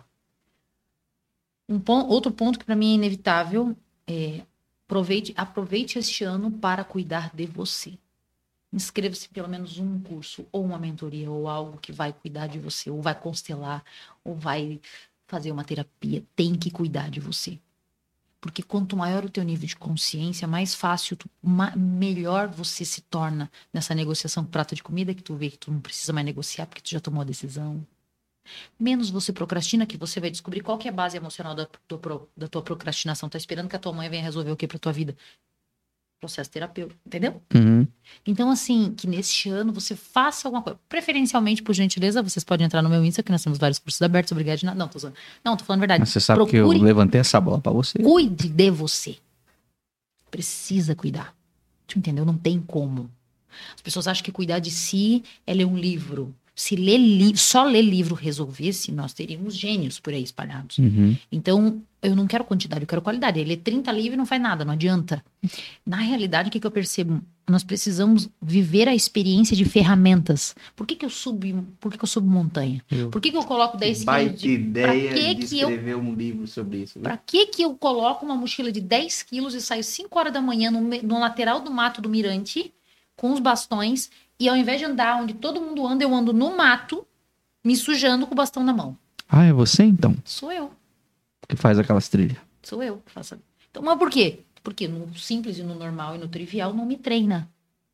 Outro ponto que para mim é inevitável é aproveite este ano para cuidar de você. Inscreva-se pelo menos um curso, ou uma mentoria, ou algo que vai cuidar de você, ou vai constelar, ou vai fazer uma terapia. Tem que cuidar de você. Porque quanto maior o teu nível de consciência, mais fácil, melhor você se torna nessa negociação com prato de comida, que tu vê que tu não precisa mais negociar, porque tu já tomou a decisão. Menos você procrastina, que você vai descobrir qual que é a base emocional da tua procrastinação. Tá esperando que a tua mãe venha resolver o que pra tua vida? Processo terapêutico, entendeu? Então, assim, que neste ano você faça alguma coisa. Preferencialmente, por gentileza, vocês podem entrar no meu Insta, que nós temos vários cursos abertos, obrigado de nada. Não, tô zoando. Não, tô falando a verdade. Mas você sabe que eu levantei essa bola pra você. Cuide de você. Precisa cuidar. Tu entendeu? Não tem como. As pessoas acham que cuidar de si é ler um livro. Se só ler livro resolvesse, nós teríamos gênios por aí espalhados. Então, eu não quero quantidade, eu quero qualidade. Ler 30 livros não faz nada, não adianta. Na realidade, o que eu percebo? Nós precisamos viver a experiência de ferramentas. Por que eu subo montanha? Por que eu coloco 10 quilos? Baita ideia de escrever um livro sobre isso. Para que eu coloco uma mochila de 10 quilos e saio 5 horas da manhã no lateral do mato do Mirante, com os bastões, e ao invés de andar onde todo mundo anda, eu ando no mato, me sujando com o bastão na mão? Ah, é você então? Sou eu. Que faz aquelas trilhas. Sou eu que faço. Então, mas por quê? Porque no simples e no normal e no trivial não me treina.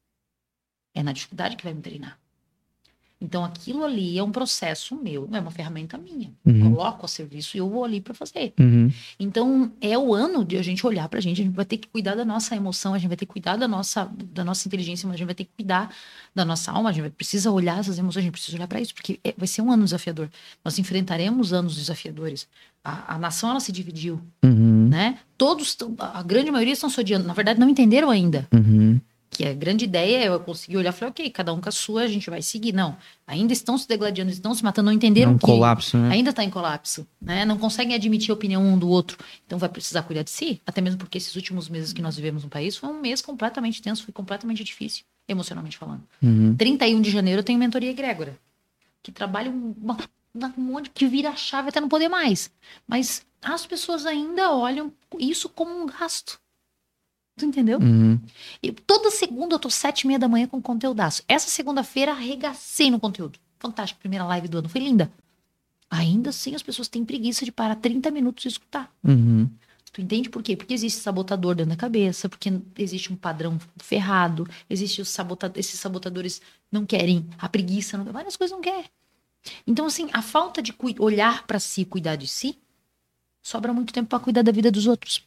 É na dificuldade que vai me treinar. Então, aquilo ali é um processo meu, não é uma ferramenta minha. Coloco a serviço e eu vou ali para fazer. Então, é o ano de a gente olhar pra gente vai ter que cuidar da nossa emoção, a gente vai ter que cuidar da nossa inteligência, mas a gente vai ter que cuidar da nossa alma, a gente precisa olhar essas emoções, a gente precisa olhar para isso, porque vai ser um ano desafiador. Nós enfrentaremos anos desafiadores. A nação, ela se dividiu, né? A grande maioria estão se odiando. Na verdade, não entenderam ainda. Que a grande ideia é eu conseguir olhar e falar, ok, cada um com a sua, a gente vai seguir. Não, ainda estão se degladiando, estão se matando, não entenderam que colapso, né? Ainda está em colapso, né? Não conseguem admitir a opinião um do outro. Então vai precisar cuidar de si, até mesmo porque esses últimos meses que nós vivemos no país foi um mês completamente tenso, foi completamente difícil, emocionalmente falando. 31 de janeiro eu tenho mentoria egrégora, que trabalha um monte que vira a chave até não poder mais. Mas as pessoas ainda olham isso como um gasto. Tu entendeu? Toda segunda eu tô 7h30 da manhã com conteúdaço. Essa segunda-feira arregacei no conteúdo. Fantástico, primeira live do ano, foi linda. Ainda assim as pessoas têm preguiça de parar 30 minutos e escutar. Tu entende por quê? Porque existe sabotador dentro da cabeça, porque existe um padrão ferrado, existe esses sabotadores não querem, a preguiça, várias coisas não querem. Então assim, a falta de olhar pra si, cuidar de si, sobra muito tempo pra cuidar da vida dos outros.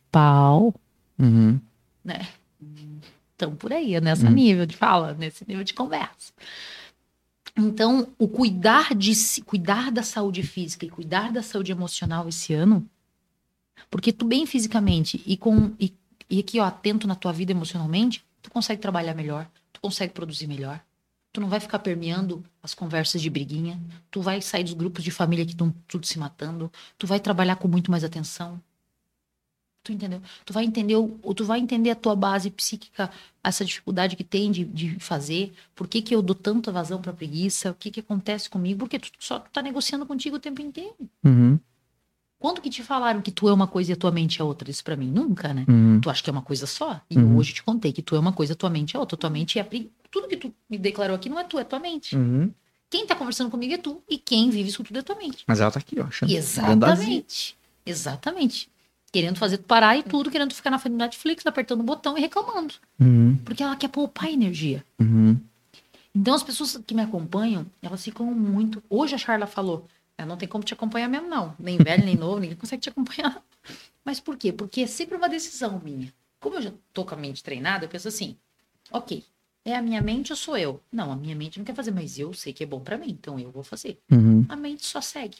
Né? Então, por aí, nesse nível de fala, nesse nível de conversa. Então, o cuidar de si, cuidar da saúde física e cuidar da saúde emocional esse ano, porque tu bem fisicamente e aqui, ó, atento na tua vida emocionalmente, tu consegue trabalhar melhor, tu consegue produzir melhor, Tu não vai ficar permeando as conversas de briguinha. Tu vai sair dos grupos de família que estão tudo se matando. Tu vai trabalhar com muito mais atenção. Tu entendeu? Tu vai entender a tua base psíquica, essa dificuldade que tem de fazer. Por que eu dou tanta vazão pra preguiça? O que acontece comigo? Porque tu só tá negociando contigo o tempo inteiro. Uhum. Quando que te falaram que tu é uma coisa e a tua mente é outra? Isso pra mim, nunca, né? Uhum. Tu acha que é uma coisa só? E eu hoje te contei que tu é uma coisa, a tua mente é outra. Tua mente é tudo que tu me declarou aqui não é tu, é tua mente. Uhum. Quem tá conversando comigo é tu. E quem vive isso tudo é tua mente. Mas ela tá aqui, ó. achando- Exatamente. Exatamente. Querendo fazer tu parar e tudo, querendo tu ficar na frente do Netflix, apertando o botão e reclamando. Uhum. Porque ela quer poupar energia. Uhum. Então as pessoas que me acompanham, elas ficam muito... Hoje a Charla falou, não tem como te acompanhar mesmo não. Nem velho, nem novo, ninguém consegue te acompanhar. Mas por quê? Porque é sempre uma decisão minha. Como eu já tô com a mente treinada, eu penso assim, ok, é a minha mente ou sou eu? Não, a minha mente não quer fazer, mas eu sei que é bom pra mim, então eu vou fazer. Uhum. A mente só segue.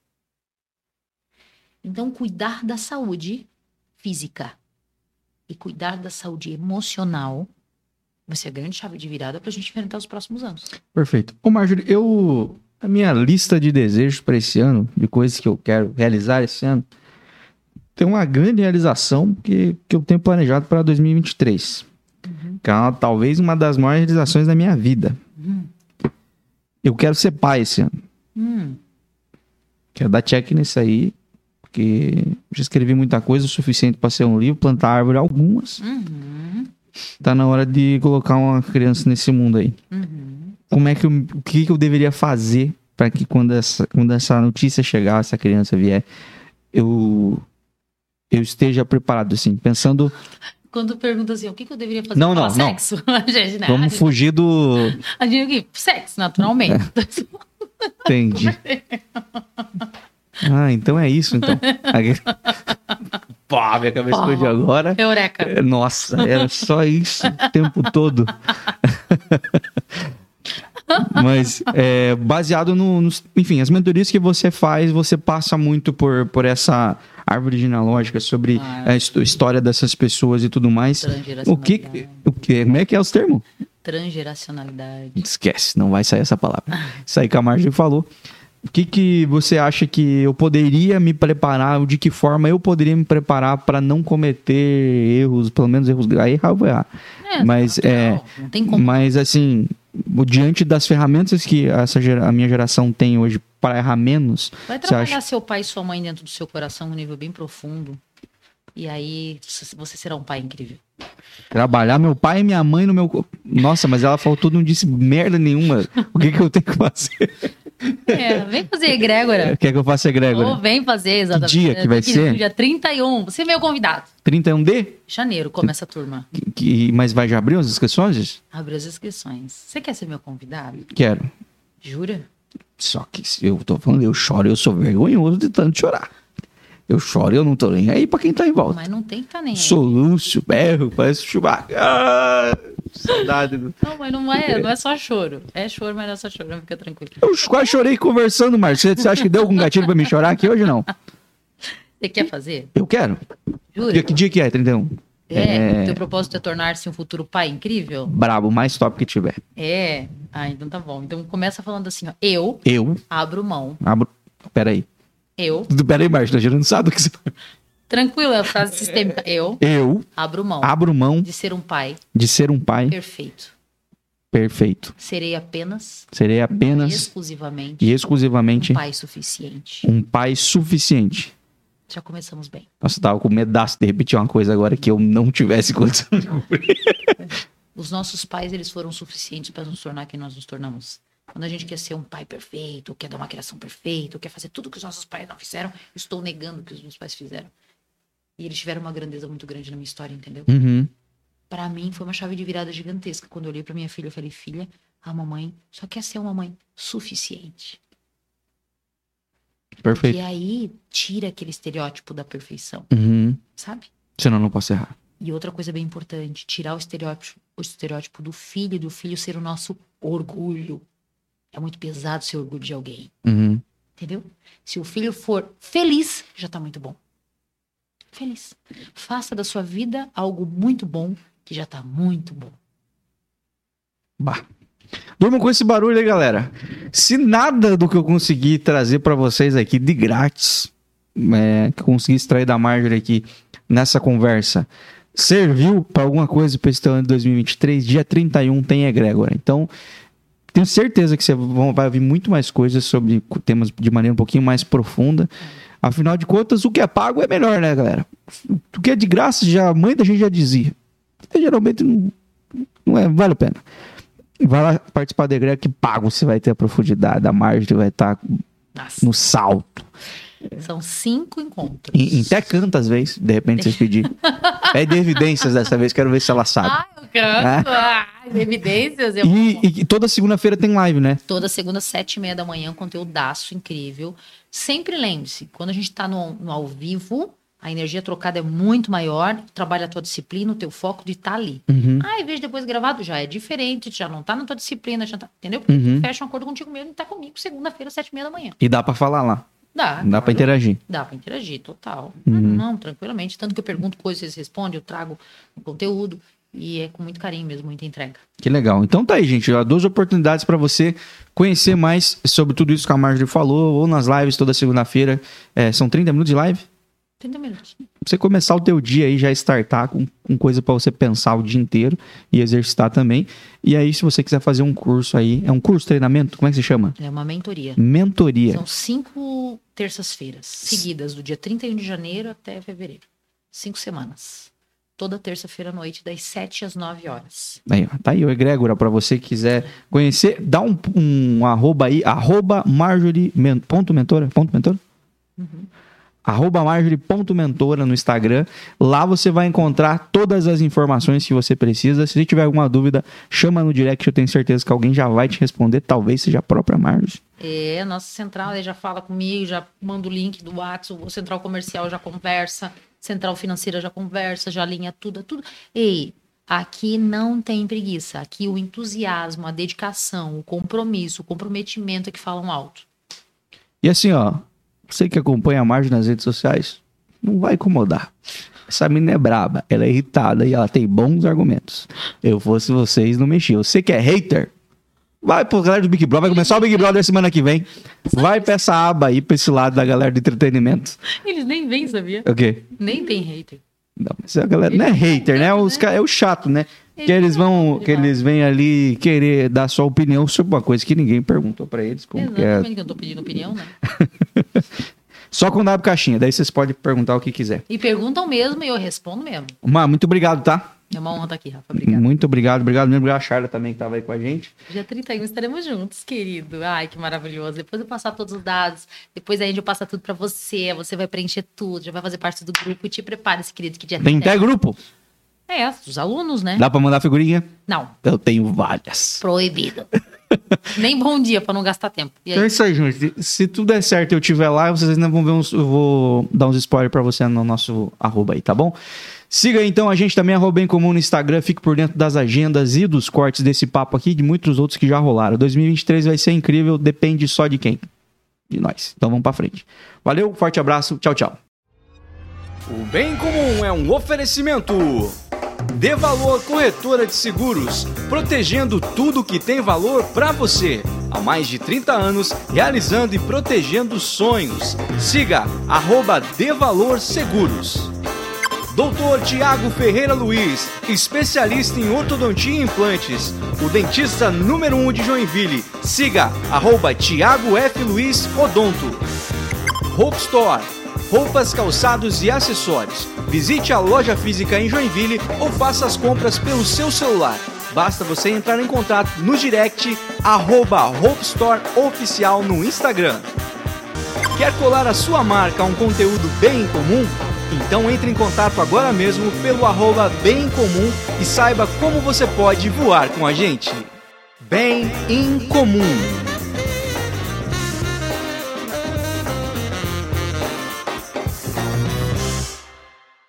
Então, cuidar da saúde física e cuidar da saúde emocional vai ser a grande chave de virada pra gente enfrentar os próximos anos. Perfeito. Ô, Marjorie, a minha lista de desejos para esse ano, de coisas que eu quero realizar esse ano, tem uma grande realização que eu tenho planejado para 2023. Que é talvez uma das maiores realizações da minha vida. Eu quero ser pai esse ano. Quero dar check nisso aí, porque já escrevi muita coisa, o suficiente para ser um livro, plantar árvore algumas. Tá na hora de colocar uma criança nesse mundo aí. Como é que o que eu deveria fazer para que quando essa notícia chegar, essa criança vier, eu esteja preparado, assim, pensando... Quando pergunta assim, o que eu deveria fazer? Não, Fala, não, não. sexo. Gente, né? Vamos fugir do... A gente aqui, sexo, naturalmente. Entendi. Ah, então é isso, então. Pá, minha cabeça explodiu agora. Eureka. Nossa, era só isso o tempo todo. Mas, baseado enfim, as mentorias que você faz, você passa muito por essa árvore genealógica, sobre a história dessas pessoas e tudo mais. O que? Como é que é os termos? Transgeracionalidade. Esquece, não vai sair essa palavra. Isso aí que a Marjorie falou. O que você acha que eu poderia me preparar, ou de que forma eu poderia me preparar para não cometer erros, pelo menos erros graves? Aí errar, eu vou errar. Mas, não tem como. Mas, assim, diante das ferramentas que a minha geração tem hoje para errar menos... Vai trabalhar seu pai e sua mãe dentro do seu coração num nível bem profundo. E aí você será um pai incrível. Trabalhar meu pai e minha mãe no meu... Nossa, mas ela faltou, não disse merda nenhuma. O que eu tenho que fazer? Vem fazer egrégora. Quer que eu faça egrégora? Ou vem fazer, exatamente. Que dia que vai ser? Dia 31. Você é meu convidado. 31 de? Janeiro começa a turma. Mas vai já abrir as inscrições? Abre as inscrições. Você quer ser meu convidado? Quero. Jura? Só que eu tô falando, eu choro, eu sou vergonhoso de tanto chorar. Eu choro, eu não tô nem aí pra quem tá em volta. Mas não tem que tá nem aí. Soluço, berro, parece Chewbacca. Saudade. Não, mas não é só choro. É choro, mas não é só choro, fica tranquilo. Eu quase chorei conversando, Márcio. Você acha que deu algum gatilho pra me chorar aqui hoje ou não? Você quer fazer? Eu quero. Jura? Que dia que é, 31? Teu propósito é tornar-se um futuro pai incrível? Brabo, mais top que tiver. Então tá bom. Então começa falando assim, ó. Eu abro mão. Peraí. Peraí, Márcio, a gente não sabe o que você... Tranquilo, é a frase sistêmica. Eu abro mão de ser um pai perfeito. Serei apenas e exclusivamente um pai suficiente. Já começamos bem. Nossa, eu tava com medaço de repetir uma coisa agora que eu não tivesse condição de cumprir. Os nossos pais, eles foram suficientes para nos tornar quem nós nos tornamos. Quando a gente quer ser um pai perfeito, quer dar uma criação perfeita, quer fazer tudo que os nossos pais não fizeram, eu estou negando o que os meus pais fizeram. E eles tiveram uma grandeza muito grande na minha história, entendeu? Pra mim, foi uma chave de virada gigantesca. Quando eu olhei pra minha filha, eu falei, filha, a mamãe só quer ser uma mãe suficiente. Perfeito. E aí, tira aquele estereótipo da perfeição, sabe? Senão não posso errar. E outra coisa bem importante, tirar o estereótipo do filho ser o nosso orgulho. É muito pesado ser orgulho de alguém. Entendeu? Se o filho for feliz, já tá muito bom. Feliz. Faça da sua vida algo muito bom, que já tá muito bom. Bah. Durmam com esse barulho aí, galera. Se nada do que eu consegui trazer pra vocês aqui de grátis, que eu consegui extrair da Marjorie aqui nessa conversa, serviu pra alguma coisa pra esse ano de 2023, dia 31 tem egrégora. Então, tenho certeza que você vai ouvir muito mais coisas sobre temas de maneira um pouquinho mais profunda. Afinal de contas, o que é pago é melhor, né, galera? O que é de graça, muita gente já dizia. Geralmente não vale a pena. Vai lá participar da egrégora que pago você vai ter a profundidade. A Marjorie vai estar no salto. São 5 encontros. E até canta às vezes, de repente vocês pedirem. É de evidências dessa vez, quero ver se ela sabe. Eu canto. Evidências. E toda segunda-feira tem live, né? Toda segunda, 7h30 da manhã, conteúdaço incrível. Sempre lembre-se, quando a gente tá no ao vivo, a energia trocada é muito maior, trabalha a tua disciplina, o teu foco de estar ali. Em vez de depois gravado, já é diferente, já não tá na tua disciplina, já tá, entendeu? Porque tu fecha um acordo contigo mesmo e tá comigo segunda-feira, 7h30 da manhã. E dá pra falar lá. Dá pra interagir. Dá pra interagir, total. Não, tranquilamente. Tanto que eu pergunto coisas, vocês respondem, eu trago o conteúdo. E é com muito carinho mesmo, muita entrega. Que legal. Então tá aí, gente. 2 oportunidades para você conhecer mais sobre tudo isso que a Marjorie falou, ou nas lives toda segunda-feira. São 30 minutos de live? 30 minutos. Pra você começar o teu dia aí, já startar com coisa para você pensar o dia inteiro e exercitar também. E aí, se você quiser fazer um curso aí, é um curso, treinamento? Como é que se chama? É uma mentoria. Mentoria. São 5 terças-feiras seguidas, do dia 31 de janeiro até fevereiro. 5 semanas. Toda terça-feira à noite, das 7 às 9 horas. Aí, tá aí o egrégora, para você que quiser conhecer. Dá um arroba aí, @Marjorie.mentora. @Marjorie.mentora no Instagram. Lá você vai encontrar todas as informações que você precisa. Se tiver alguma dúvida, chama no direct. Eu tenho certeza que alguém já vai te responder. Talvez seja a própria Marjorie. Nossa central já fala comigo, já manda o link do WhatsApp, o central comercial já conversa, central financeira já conversa, já alinha tudo. Ei, aqui não tem preguiça. Aqui o entusiasmo, a dedicação, o compromisso, o comprometimento é que falam alto. E assim, você que acompanha a Marjorie nas redes sociais, não vai incomodar. Essa menina é braba, ela é irritada e ela tem bons argumentos. Eu fosse vocês, não mexia. Você que é hater, vai pro galera do Big Brother, vai começar o Big Brother semana que vem. Vai pra essa aba aí, pra esse lado da galera de entretenimento. Eles nem vêm, sabia? O quê? Nem tem hater. Não, mas a galera não é hater, né? É o chato, né? Que eles vêm ali querer dar sua opinião sobre uma coisa que ninguém perguntou pra eles. Exatamente, que eu tô pedindo opinião, né? Só quando abre caixinha, daí vocês podem perguntar o que quiser. E perguntam mesmo e eu respondo mesmo. Muito obrigado, tá? É uma honra estar aqui, Rafa. Obrigado. Muito obrigado mesmo. Obrigado a Charla também que estava aí com a gente. Dia 31 estaremos juntos, querido. Ai, que maravilhoso. Depois eu passar todos os dados, depois a gente passa tudo pra você. Você vai preencher tudo, já vai fazer parte do grupo. E te prepare-se, querido, que dia 31. Tem até grupo? Os alunos, né? Dá pra mandar figurinha? Não. Eu tenho várias. Proibido. Nem bom dia pra não gastar tempo. Então é isso aí, gente. Se tudo der certo e eu estiver lá, vocês ainda vão ver eu vou dar uns spoilers pra você no nosso arroba aí, tá bom? Siga aí, então a gente também, @BemComum no Instagram. Fique por dentro das agendas e dos cortes desse papo aqui e de muitos outros que já rolaram. 2023 vai ser incrível, depende só de quem? De nós. Então vamos pra frente. Valeu, forte abraço, tchau, tchau. O Bem Comum é um oferecimento. Dê Valor Corretora de Seguros, protegendo tudo que tem valor para você. Há mais de 30 anos, realizando e protegendo sonhos. Siga @Dê Valor Seguros. Dr. Tiago Ferreira Luiz, especialista em ortodontia e implantes. O dentista número 1 de Joinville. Siga @Tiago F. Luiz Odonto. Hope Store. Roupas, calçados e acessórios. Visite a loja física em Joinville ou faça as compras pelo seu celular. Basta você entrar em contato no direct @Hope Store Oficial no Instagram. Quer colar a sua marca a um conteúdo bem comum? Então entre em contato agora mesmo pelo @BemComum e saiba como você pode voar com a gente. Bem em Comum.